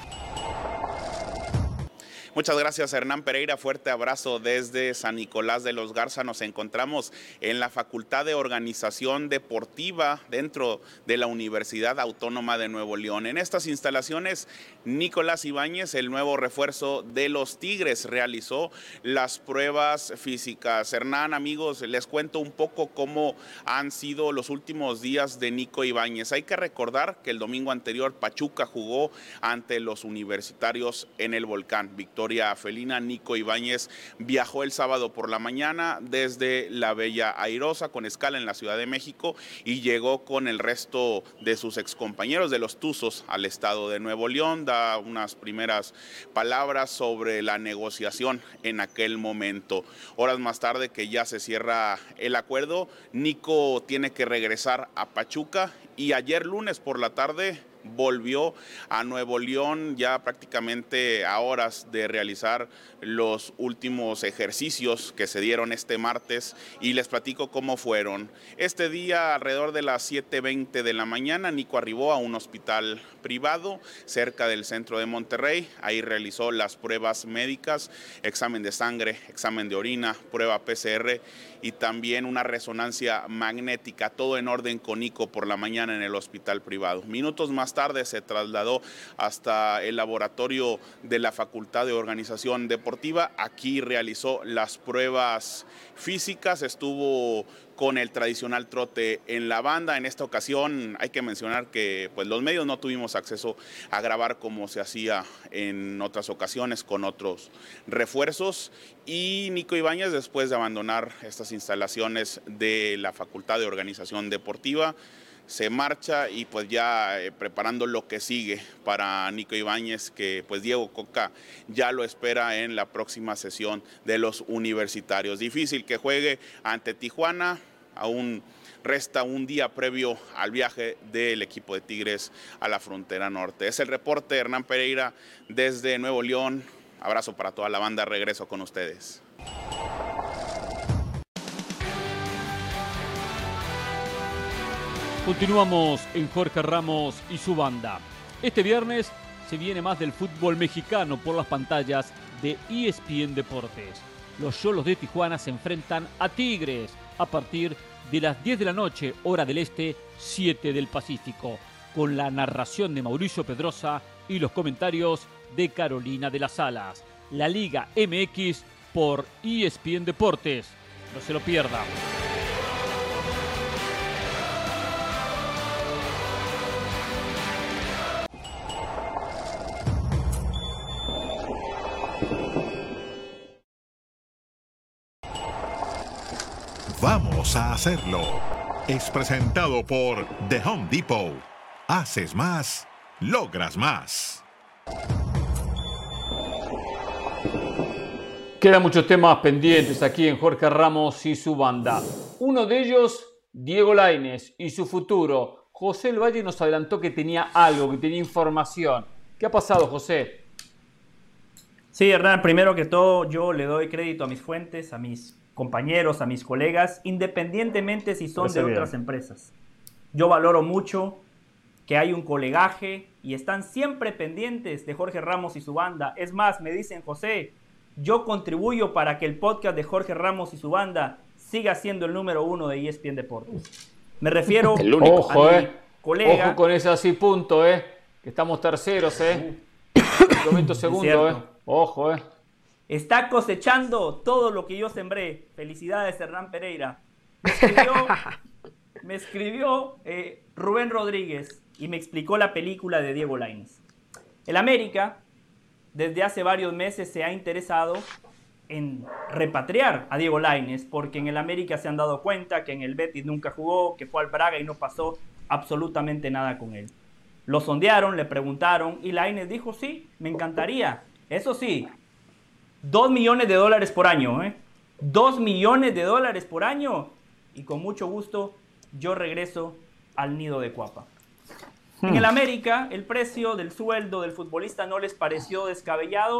Muchas gracias, Hernán Pereira. Fuerte abrazo desde San Nicolás de los Garza. Nos encontramos en la Facultad de Organización Deportiva dentro de la Universidad Autónoma de Nuevo León. En estas instalaciones, Nicolás Ibáñez, el nuevo refuerzo de los Tigres, realizó las pruebas físicas. Hernán, amigos, les cuento un poco cómo han sido los últimos días de Nico Ibáñez. Hay que recordar que el domingo anterior Pachuca jugó ante los Universitarios en el Volcán. Victoria felina. Nico Ibáñez viajó el sábado por la mañana desde la Bella Airosa con escala en la Ciudad de México y llegó con el resto de sus excompañeros de los Tuzos al estado de Nuevo León. Da unas primeras palabras sobre la negociación en aquel momento. Horas más tarde, que ya se cierra el acuerdo, Nico tiene que regresar a Pachuca y ayer lunes por la tarde volvió a Nuevo León, ya prácticamente a horas de realizar los últimos ejercicios que se dieron este martes, y les platico cómo fueron. Este día, alrededor de las siete veinte de la mañana, Nico arribó a un hospital privado cerca del centro de Monterrey. Ahí realizó las pruebas médicas, examen de sangre, examen de orina, prueba P C R y también una resonancia magnética, todo en orden con Nico por la mañana en el hospital privado. Minutos más tarde se trasladó hasta el laboratorio de la Facultad de Organización Deportiva. Aquí realizó las pruebas físicas, estuvo con el tradicional trote en la banda. En esta ocasión hay que mencionar que pues, los medios no tuvimos acceso a grabar como se hacía en otras ocasiones con otros refuerzos, y Nico Ibáñez, después de abandonar estas instalaciones de la Facultad de Organización Deportiva, se marcha y pues ya eh, preparando lo que sigue para Nico Ibáñez, que pues Diego Coca ya lo espera en la próxima sesión de los Universitarios. Difícil que juegue ante Tijuana, aún resta un día previo al viaje del equipo de Tigres a la frontera norte. Es el reporte de Hernán Pereira desde Nuevo León. Abrazo para toda la banda, regreso con ustedes. Continuamos en Jorge Ramos y su banda. Este viernes se viene más del fútbol mexicano por las pantallas de E S P N Deportes. Los Xolos de Tijuana se enfrentan a Tigres a partir de las diez de la noche, hora del este, siete del Pacífico, con la narración de Mauricio Pedrosa y los comentarios de Carolina de las Alas. La Liga M X por E S P N Deportes. No se lo pierda. Vamos a hacerlo. Es presentado por The Home Depot. Haces más, logras más. Quedan muchos temas pendientes aquí en Jorge Ramos y su banda. Uno de ellos, Diego Lainez y su futuro. José El Valle nos adelantó que tenía algo, que tenía información. ¿Qué ha pasado, José? Sí, Hernán, primero que todo yo le doy crédito a mis fuentes, a mis compañeros, a mis colegas, independientemente si son de otras empresas. Yo valoro mucho que hay un colegaje y están siempre pendientes de Jorge Ramos y su banda. Es más, me dicen, José, yo contribuyo para que el podcast de Jorge Ramos y su banda siga siendo el número uno de E S P N Deportes. Me refiero el único. Ojo, a mi eh. colega. Ojo con ese así punto, eh. Que estamos terceros, eh. Momento segundo, eh. Ojo, eh. Está cosechando todo lo que yo sembré. Felicidades, Hernán Pereira. Me escribió, me escribió eh, Rubén Rodríguez y me explicó la película de Diego Lainez. El América, desde hace varios meses, se ha interesado en repatriar a Diego Lainez, porque en el América se han dado cuenta que en el Betis nunca jugó, que fue al Braga y no pasó absolutamente nada con él. Lo sondearon, le preguntaron y Lainez dijo, sí, me encantaría. Eso sí, Dos millones de dólares por año, ¿eh? Dos millones de dólares por año. Y con mucho gusto yo regreso al nido de Cuapa. Hmm. En el América, el precio del sueldo del futbolista no les pareció descabellado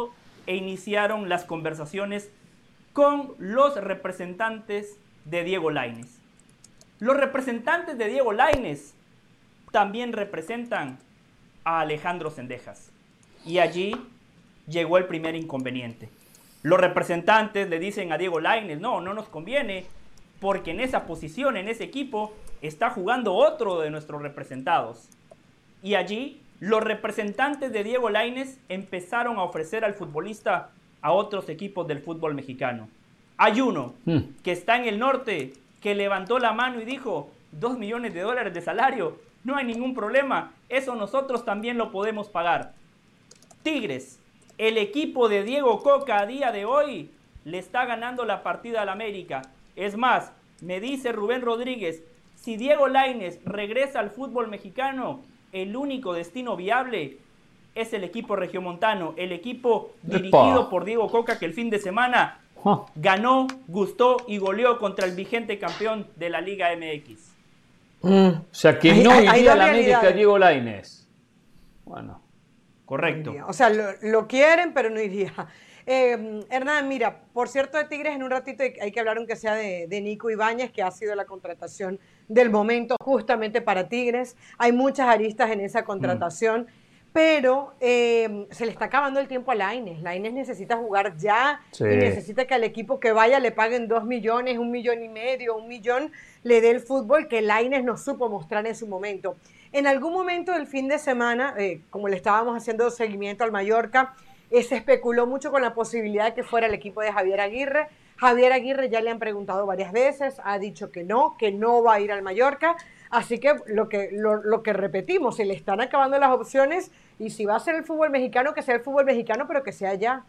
e iniciaron las conversaciones con los representantes de Diego Lainez. Los representantes de Diego Lainez también representan a Alejandro Zendejas. Y allí llegó el primer inconveniente. Los representantes le dicen a Diego Lainez, no, no nos conviene, porque en esa posición, en ese equipo, está jugando otro de nuestros representados. Y allí los representantes de Diego Lainez empezaron a ofrecer al futbolista a otros equipos del fútbol mexicano. Hay uno mm. que está en el norte, que levantó la mano y dijo, dos millones de dólares de salario, no hay ningún problema, eso nosotros también lo podemos pagar. Tigres, el equipo de Diego Coca a día de hoy le está ganando la partida al América. Es más, me dice Rubén Rodríguez, si Diego Lainez regresa al fútbol mexicano, el único destino viable es el equipo regiomontano, el equipo dirigido Epa. por Diego Coca, que el fin de semana huh. ganó, gustó y goleó contra el vigente campeón de la Liga M X. Mm. O sea, que no hay, iría a la América Diego Lainez. Bueno. Correcto. O sea, lo, lo quieren, pero no iría. Eh, Hernán, mira, por cierto de Tigres, en un ratito hay, hay que hablar aunque sea de, de Nico Ibáñez, que ha sido la contratación del momento justamente para Tigres. Hay muchas aristas en esa contratación, mm. pero eh, se le está acabando el tiempo a Lainez. Lainez necesita jugar ya sí. y necesita que al equipo que vaya le paguen dos millones, un millón y medio, un millón, le dé el fútbol que Lainez no supo mostrar en su momento. En algún momento del fin de semana, eh, como le estábamos haciendo seguimiento al Mallorca, eh, se especuló mucho con la posibilidad de que fuera el equipo de Javier Aguirre. Javier Aguirre ya le han preguntado varias veces, ha dicho que no, que no va a ir al Mallorca. Así que lo que, lo, lo que repetimos, se le están acabando las opciones y si va a ser el fútbol mexicano, que sea el fútbol mexicano, pero que sea ya.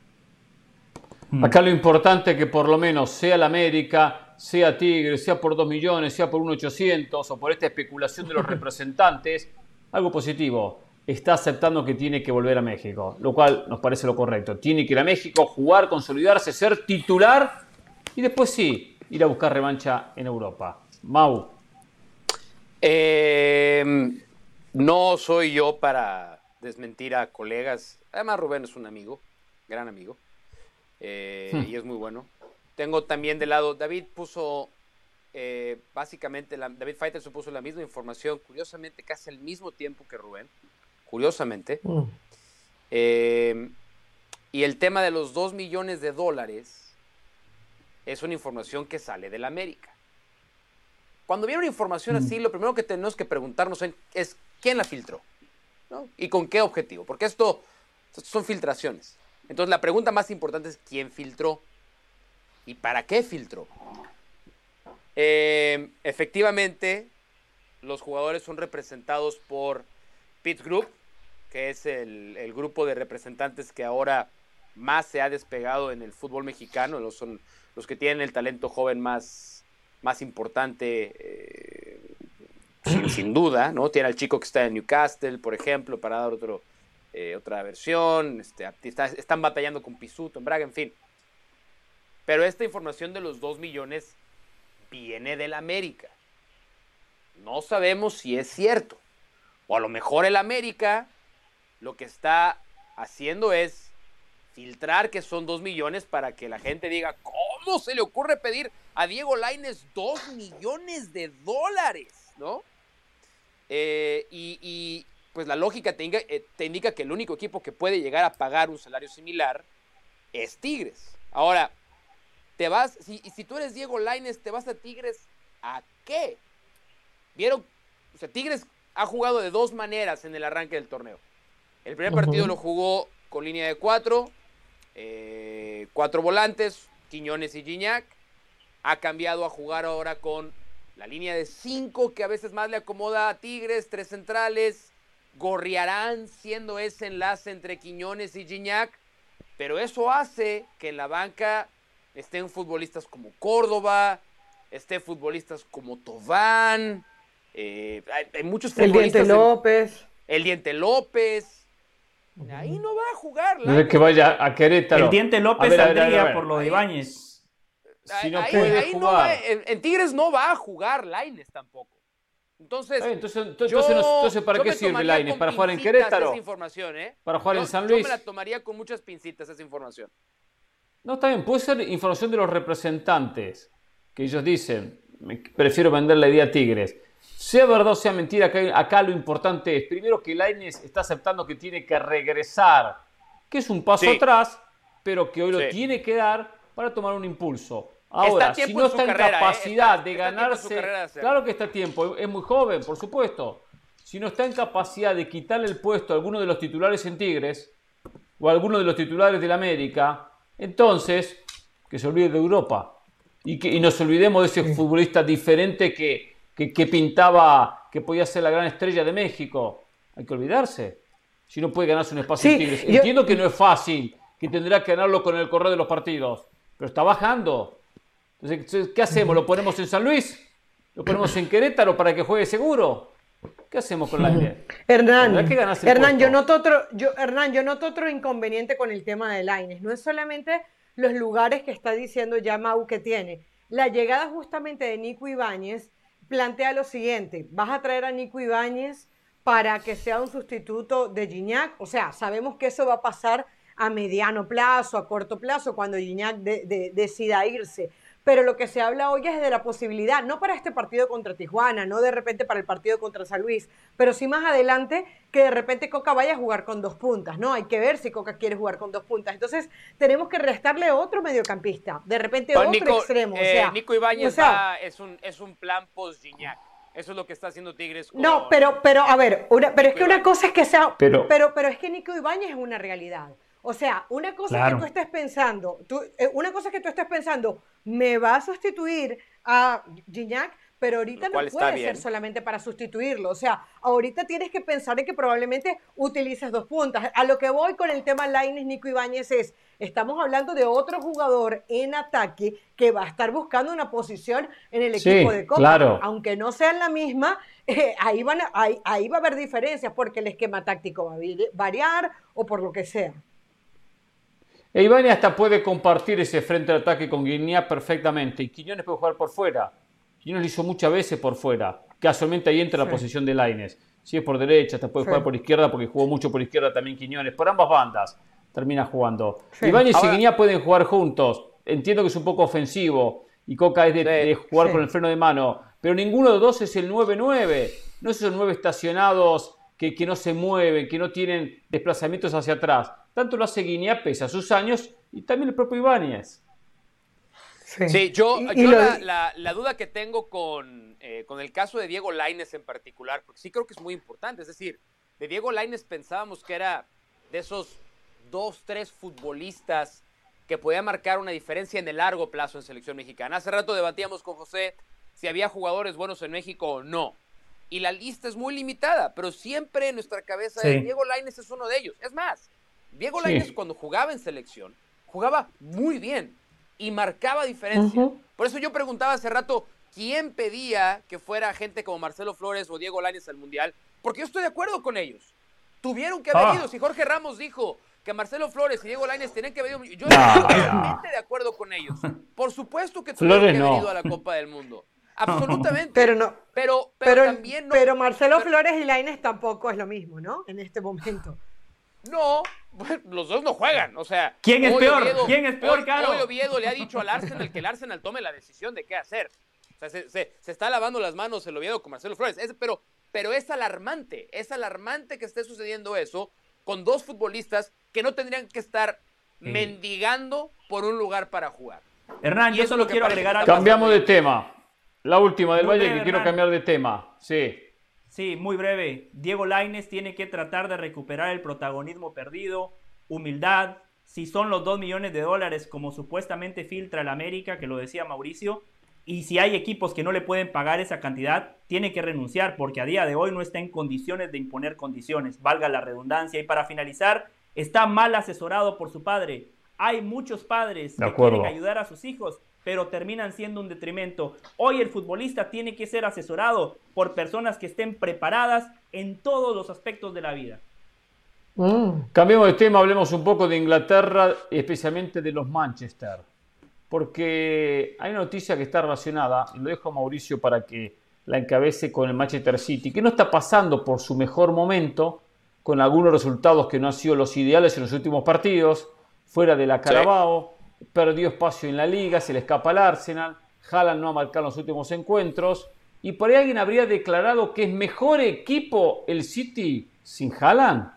Acá lo importante es que por lo menos sea el América, sea Tigres, sea por dos millones, sea por un ochocientos o por esta especulación de los representantes, algo positivo. Está aceptando que tiene que volver a México, lo cual nos parece lo correcto. Tiene que ir a México, jugar, consolidarse, ser titular y después sí, ir a buscar revancha en Europa. Mau. Eh, no soy yo para desmentir a colegas. Además, Rubén es un amigo, gran amigo, eh, hmm. y es muy bueno. Tengo también de lado, David puso, eh, básicamente, la, David Faitelson puso la misma información, curiosamente, casi al mismo tiempo que Rubén, curiosamente. Hmm. Eh, y el tema de los dos millones de dólares es una información que sale de la América. Cuando viene una información así, lo primero que tenemos que preguntarnos es ¿quién la filtró? ¿No? ¿Y con qué objetivo? Porque esto, esto son filtraciones. Entonces la pregunta más importante es ¿quién filtró? ¿Y para qué filtró? Eh, efectivamente, los jugadores son representados por Pitt Group, que es el, el grupo de representantes que ahora más se ha despegado en el fútbol mexicano. Los, son los que tienen el talento joven más... más importante, eh, sin, sin duda, ¿no? Tiene al chico que está en Newcastle, por ejemplo, para dar otro, eh, otra versión. Este, está, están batallando con Pisuto, en Braga, en fin. Pero esta información de los dos millones viene del América. No sabemos si es cierto. O a lo mejor el América lo que está haciendo es filtrar que son dos millones para que la gente diga, ¿cómo se le ocurre pedir a Diego Lainez dos millones de dólares? ¿No? Eh, y, y pues la lógica te indica, eh, te indica que el único equipo que puede llegar a pagar un salario similar es Tigres. Ahora, te vas, si, si tú eres Diego Lainez, ¿te vas a Tigres a qué? ¿Vieron? O sea, Tigres ha jugado de dos maneras en el arranque del torneo. El primer partido uh-huh. lo jugó con línea de cuatro, eh, cuatro volantes, Quiñones y Gignac. Ha cambiado a jugar ahora con la línea de cinco, que a veces más le acomoda a Tigres, tres centrales, Gorriarán siendo ese enlace entre Quiñones y Gignac, pero eso hace que en la banca estén futbolistas como Córdoba, estén futbolistas como Tobán, eh, hay, hay muchos futbolistas. El Diente López. En, el Diente López. Ahí no va a jugar. No es que vaya a Querétaro. El Diente López ver, saldría a ver, a ver, a ver. por lo de Ibáñez. Si no ahí, puede ahí jugar. No va, en, en Tigres no va a jugar Lainez tampoco. Entonces, eh, entonces, entonces, yo, entonces, ¿para qué sirve Lainez? ¿Para jugar en Querétaro? Esa información, ¿eh? ¿Para jugar yo, en San Luis? Yo me la tomaría con muchas pincitas esa información. No, está bien, puede ser información de los representantes, que ellos dicen, prefiero vender la idea a Tigres. Sea verdad o sea mentira, acá, acá lo importante es, primero, que Lainez está aceptando que tiene que regresar, que es un paso sí. atrás, pero que hoy sí. lo tiene que dar para tomar un impulso. Ahora, si no está en carrera, capacidad eh, está, de está ganarse, carrera, claro que está a tiempo, es muy joven, por supuesto. Si no está en capacidad de quitarle el puesto a alguno de los titulares en Tigres, o a alguno de los titulares del América, entonces, que se olvide de Europa. Y, que, y nos olvidemos de ese sí. futbolista diferente que, que, que pintaba, que podía ser la gran estrella de México. Hay que olvidarse. Si no puede ganarse un espacio sí, en Tigres. Yo... Entiendo que no es fácil, que tendrá que ganarlo con el correr de los partidos, pero está bajando. Entonces, ¿qué hacemos? ¿Lo ponemos en San Luis? ¿Lo ponemos en Querétaro para que juegue seguro? ¿Qué hacemos con la idea? Hernán, Hernán, yo noto otro, yo, Hernán, yo noto otro inconveniente con el tema de Lainez. No es solamente los lugares que está diciendo ya Mau que tiene. La llegada justamente de Nico Ibáñez plantea lo siguiente. ¿Vas a traer a Nico Ibáñez para que sea un sustituto de Gignac? O sea, sabemos que eso va a pasar a mediano plazo, a corto plazo, cuando Gignac de, de, decida irse. Pero lo que se habla hoy es de la posibilidad, no para este partido contra Tijuana, no de repente para el partido contra San Luis, pero sí más adelante que de repente Coca vaya a jugar con dos puntas, ¿no? Hay que ver si Coca quiere jugar con dos puntas. Entonces tenemos que restarle otro mediocampista, de repente no, otro Nico, extremo. Eh, o sea, Nico Ibáñez o sea, va, es, un, es un plan post-Gignac. Eso es lo que está haciendo Tigres con... No, pero, pero a ver, una, pero es que una cosa es que sea... Pero, pero, pero es que Nico Ibáñez es una realidad. O sea, una cosa claro. es que tú estés pensando, tú, eh, una cosa es que tú estés pensando, me va a sustituir a Gignac, pero ahorita no puede ser solamente para sustituirlo. O sea, ahorita tienes que pensar en que probablemente utilices dos puntas. A lo que voy con el tema Lainez, Nico Ibáñez es, estamos hablando de otro jugador en ataque que va a estar buscando una posición en el sí, equipo de Copa. Claro. Aunque no sea la misma, eh, ahí, van a, ahí, ahí va a haber diferencias porque el esquema táctico va a variar o por lo que sea. E Ibáñez hasta puede compartir ese frente de ataque con Gignac perfectamente. Y Quiñones puede jugar por fuera. Quiñones lo hizo muchas veces por fuera. Casualmente ahí entra sí. la posición de Lainez. Si es por derecha, hasta puede sí. jugar por izquierda, porque jugó mucho por izquierda también Quiñones. Por ambas bandas termina jugando. Sí. Ibáñez Ahora, y Gignac pueden jugar juntos. Entiendo que es un poco ofensivo. Y Coca es de, sí. de jugar sí. con el freno de mano. Pero ninguno de los dos es el nueve nueve. No esos nueve estacionados que, que no se mueven, que no tienen desplazamientos hacia atrás. Tanto lo hace Gignac pese a sus años y también el propio Ibáñez. Sí, sí yo, y, yo y la, lo... la, la duda que tengo con, eh, con el caso de Diego Lainez en particular, porque sí creo que es muy importante, es decir, de Diego Lainez pensábamos que era de esos dos, tres futbolistas que podía marcar una diferencia en el largo plazo en selección mexicana. Hace rato debatíamos con José si había jugadores buenos en México o no. Y la lista es muy limitada, pero siempre en nuestra cabeza sí. es, Diego Lainez es uno de ellos. Es más, Diego Lainez sí. cuando jugaba en selección, jugaba muy bien y marcaba diferencia. Uh-huh. Por eso yo preguntaba hace rato, ¿quién pedía que fuera gente como Marcelo Flores o Diego Lainez al Mundial? Porque yo estoy de acuerdo con ellos. Tuvieron que haber ah. ido. Si Jorge Ramos dijo que Marcelo Flores y Diego Lainez tenían que haber ido, yo estoy no, totalmente no. de acuerdo con ellos. Por supuesto que tuvieron Flores que haber no. ido a la Copa del Mundo. Absolutamente. Pero no. Pero, pero, pero también no. Pero Marcelo pero, Flores y Lainez tampoco es lo mismo, ¿no? En este momento. No, pues, los dos no juegan, o sea... ¿Quién es peor? Oviedo, ¿Quién es peor, hoy, Caro? Hoy Oviedo le ha dicho al Arsenal que el Arsenal tome la decisión de qué hacer. O sea, se, se, se está lavando las manos el Oviedo con Marcelo Flores. Es, pero, pero es alarmante, es alarmante que esté sucediendo eso con dos futbolistas que no tendrían que estar sí. mendigando por un lugar para jugar. Hernán, y yo solo quiero agregar algo. Cambiamos de tema. La última del muy Valle breve, que quiero Hernán. cambiar de tema. Sí. Sí, muy breve. Diego Lainez tiene que tratar de recuperar el protagonismo perdido, humildad. Si son los dos millones de dólares como supuestamente filtra el América, que lo decía Mauricio, y si hay equipos que no le pueden pagar esa cantidad, tiene que renunciar porque a día de hoy no está en condiciones de imponer condiciones, valga la redundancia. Y para finalizar, está mal asesorado por su padre. Hay muchos padres que quieren ayudar a sus hijos, pero terminan siendo un detrimento. Hoy el futbolista tiene que ser asesorado por personas que estén preparadas en todos los aspectos de la vida. Mm. Cambiemos de tema, hablemos un poco de Inglaterra, especialmente de los Manchester, porque hay una noticia que está relacionada, y lo dejo a Mauricio para que la encabece con el Manchester City, que no está pasando por su mejor momento, con algunos resultados que no han sido los ideales en los últimos partidos, fuera de la Carabao, sí. Perdió espacio en la Liga, se le escapa al Arsenal, Haaland no ha marcado en los últimos encuentros, y por ahí alguien habría declarado que es mejor equipo el City sin Haaland.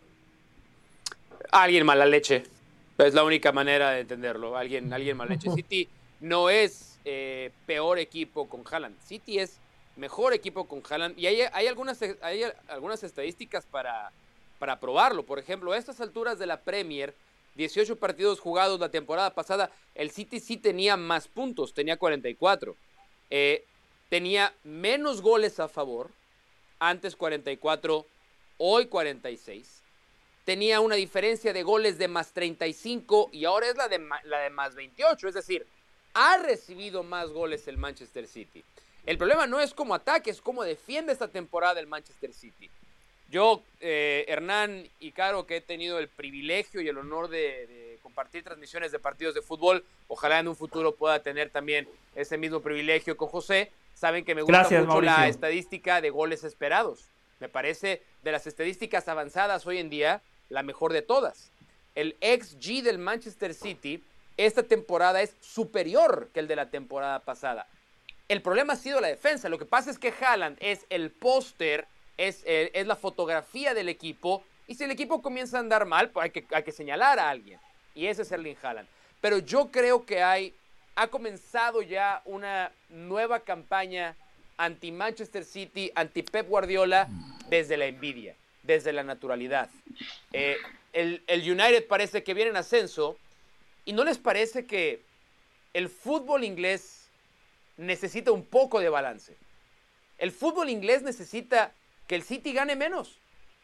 Alguien mala leche, es la única manera de entenderlo, alguien, alguien mala leche. City no es eh, peor equipo con Haaland, City es mejor equipo con Haaland, y hay, hay, algunas, hay algunas estadísticas para, para probarlo. Por ejemplo, a estas alturas de la Premier, dieciocho partidos jugados la temporada pasada, el City sí tenía más puntos, tenía cuarenta y cuatro. Eh, tenía menos goles a favor, antes cuarenta y cuatro, hoy cuarenta y seis. Tenía una diferencia de goles de más treinta y cinco y ahora es la de, la de más veintiocho, es decir, ha recibido más goles el Manchester City. El problema no es cómo ataque, es cómo defiende esta temporada el Manchester City. Yo, eh, Hernán y Caro, que he tenido el privilegio y el honor de, de compartir transmisiones de partidos de fútbol, ojalá en un futuro pueda tener también ese mismo privilegio con José, saben que me gusta Gracias, mucho Mauricio. La estadística de goles esperados. Me parece de las estadísticas avanzadas hoy en día la mejor de todas. El X G del Manchester City esta temporada es superior que el de la temporada pasada. El problema ha sido la defensa. Lo que pasa es que Haaland es el póster, es, eh, es la fotografía del equipo, y si el equipo comienza a andar mal, pues hay que, hay que señalar a alguien, y ese es Erling Haaland. Pero yo creo que hay, ha comenzado ya una nueva campaña anti-Manchester City, anti-Pep Guardiola, desde la envidia, desde la naturalidad. Eh, el, el United parece que viene en ascenso, y ¿no les parece que el fútbol inglés necesita un poco de balance? El fútbol inglés necesita que el City gane menos.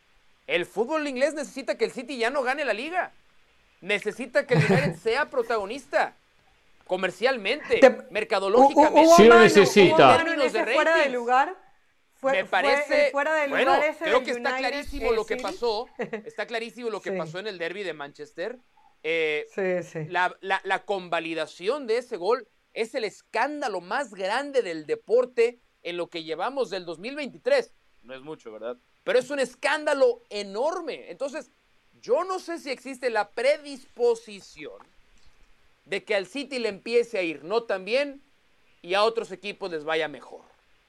El fútbol inglés necesita que el City ya no gane la liga. Necesita que el United sea protagonista. Comercialmente, Te, mercadológicamente. Sí lo necesita. En ese fuera de lugar. Fue, Me parece, fue fuera de lugar bueno, ese creo que United, está clarísimo eh, lo que City. pasó. Está clarísimo lo que sí. pasó en el derbi de Manchester. Eh, sí, sí. La, la, la convalidación de ese gol es el escándalo más grande del deporte en lo que llevamos del dos mil veintitrés. No es mucho, ¿verdad? Pero es un escándalo enorme. Entonces, yo no sé si existe la predisposición de que al City le empiece a ir no tan bien y a otros equipos les vaya mejor.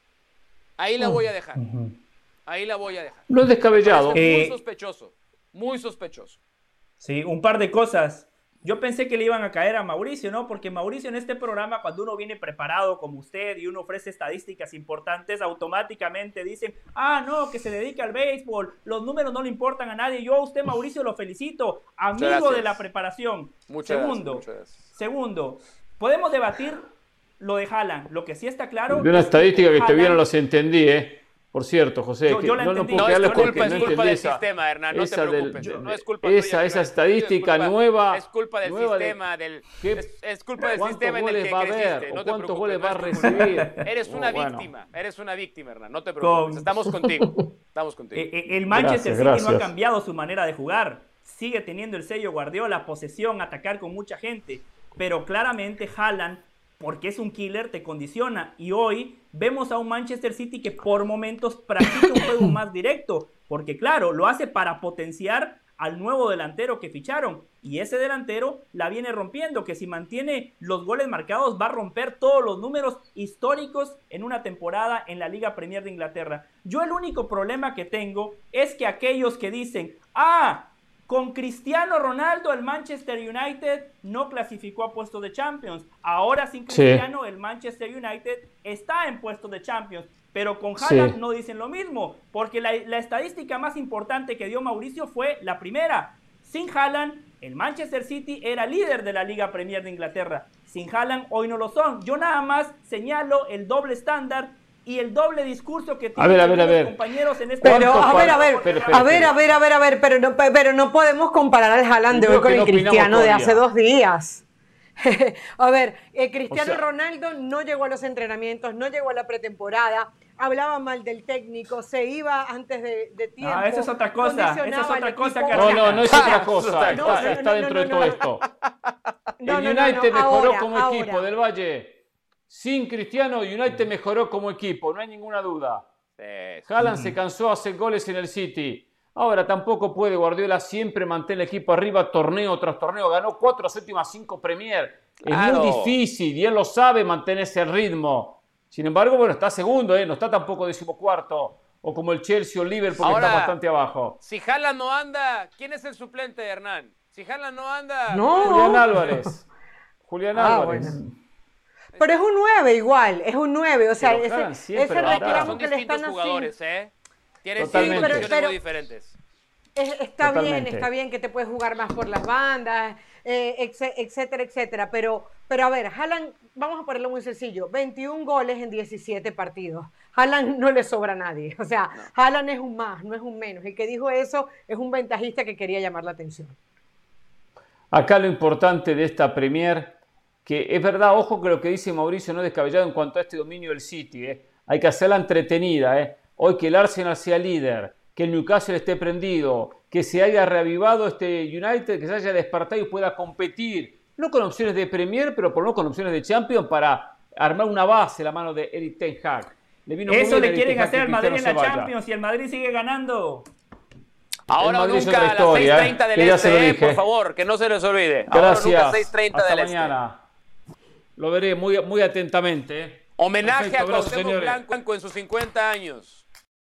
Ahí la voy a dejar. Ahí la voy a dejar. No es descabellado. Muy Eh, sospechoso. Muy sospechoso. Sí, un par de cosas. Yo pensé que le iban a caer a Mauricio, ¿no? Porque Mauricio en este programa, cuando uno viene preparado como usted y uno ofrece estadísticas importantes, automáticamente dicen, ah, no, que se dedica al béisbol, los números no le importan a nadie. Yo a usted, Mauricio, lo felicito, amigo de la preparación. Muchas segundo, gracias, muchas gracias. Segundo, podemos debatir lo de Haaland. Lo que sí está claro... De una es estadística que, que Haaland, todavía no los entendí, ¿eh? Por cierto, José, Yo- que yo la no, no entendí. puedo No, es quedarle culpa, porque es no culpa del entendí esa- sistema, Hernán, no te esa del- preocupes. No es culpa esa, tuya, esa Hernán. estadística Es culpa- nueva. Es culpa del nueva de- sistema, del, ¿Qué- es, es culpa del ¿Cuántos sistema en el goles que va a creciste. haber? No ¿O te cuántos preocupes, goles no va a es tu culpa. recibir? Eres Oh, una bueno. víctima, eres una víctima, Hernán. No te preocupes, Con- estamos contigo. Estamos contigo. Eh, eh, El Manchester Gracias, City no gracias. ha cambiado su manera de jugar. Sigue teniendo el sello Guardiola, posesión, atacar con mucha gente. Pero claramente Haaland, porque es un killer, te condiciona. Y hoy vemos a un Manchester City que por momentos practica un juego más directo. Porque claro, lo hace para potenciar al nuevo delantero que ficharon. Y ese delantero la viene rompiendo, que si mantiene los goles marcados va a romper todos los números históricos en una temporada en la Liga Premier de Inglaterra. Yo el único problema que tengo es que aquellos que dicen, ah, con Cristiano Ronaldo el Manchester United no clasificó a puestos de Champions. Ahora sin Sí. Cristiano el Manchester United está en puestos de Champions. Pero con Haaland Sí. no dicen lo mismo, porque la, la estadística más importante que dio Mauricio fue la primera. Sin Haaland, el Manchester City era líder de la Liga Premier de Inglaterra. Sin Haaland, hoy no lo son. Yo nada más señalo el doble estándar y el doble discurso que A ver, a ver, a algunos ver. compañeros en este Pero, ¿Cuánto a ver, a falta? ver, Espera, espera, a ver, espera. a ver, a ver, a ver, pero no, pero no podemos comparar al Haaland de Creo hoy con que el no opinamos Cristiano de todavía. hace dos días. A ver, eh, Cristiano O sea- Ronaldo no llegó a los entrenamientos, no llegó a la pretemporada, hablaba mal del técnico, se iba antes de, de tiempo. Ah, esa es otra cosa, esa es condicionaba otra al cosa, equipo. Carlos. No, no, no es otra cosa. No, Está, no, está no, dentro no, de no, todo no. esto. No, el no, no, United no, mejoró ahora, como ahora. equipo del Valle. Sin Cristiano, United mejoró como equipo, no hay ninguna duda. Haaland se cansó de hacer goles en el City. Ahora tampoco puede, Guardiola siempre mantiene el equipo arriba torneo tras torneo. Ganó cuatro de las últimas cinco Premier. Claro. Es muy difícil y él lo sabe mantener ese ritmo. Sin embargo, bueno, está segundo, ¿eh? No está tampoco decimocuarto. O como el Chelsea o el Liverpool, que está bastante abajo. Si Haaland no anda, ¿quién es el suplente, Hernán? Si Haaland no anda... No. Julián Álvarez. Julián Ah, Álvarez. bueno. Pero es un nueve igual, es un nueve. O sea, Pero, Haaland ese, siempre ese va a reclamo dar. Son que le distintos están jugadores, haciendo... ¿eh? Tienen Totalmente. cinco posiciones Pero- muy diferentes. Es- está Totalmente. bien, está bien que te puedes jugar más por las bandas, eh, etce- etcétera, etcétera. Pero, pero a ver, Haaland, vamos a ponerlo muy sencillo, veintiún goles en diecisiete partidos. Haaland no le sobra a nadie. O sea, Haaland es un más, no es un menos. El que dijo eso es un ventajista que quería llamar la atención. Acá lo importante de esta Premier, que es verdad, ojo que lo que dice Mauricio no es descabellado en cuanto a este dominio del City. ¿eh? Hay que hacerla entretenida. ¿eh? Hoy que el Arsenal sea líder, que el Newcastle esté prendido, que se haya reavivado este United, que se haya despertado y pueda competir, no con opciones de Premier, pero por lo menos con opciones de Champions para armar una base a la mano de Erik ten Hag. Le vino muy Eso bien a le Erik quieren ten Hag hacer que al Madrid en Cristiano la se vaya. Champions y el Madrid sigue ganando. Ahora Madrid es nunca otra a las historia, seis treinta ¿eh? del Que ya se lo este, eh, dije. por favor, que no se les olvide. Ahora Gracias. nunca a las seis treinta Hasta del este. mañana. Lo veré muy, muy atentamente. ¿eh? Homenaje Perfecto, a abrazo, Cuauhtémoc señores. Blanco en sus cincuenta años.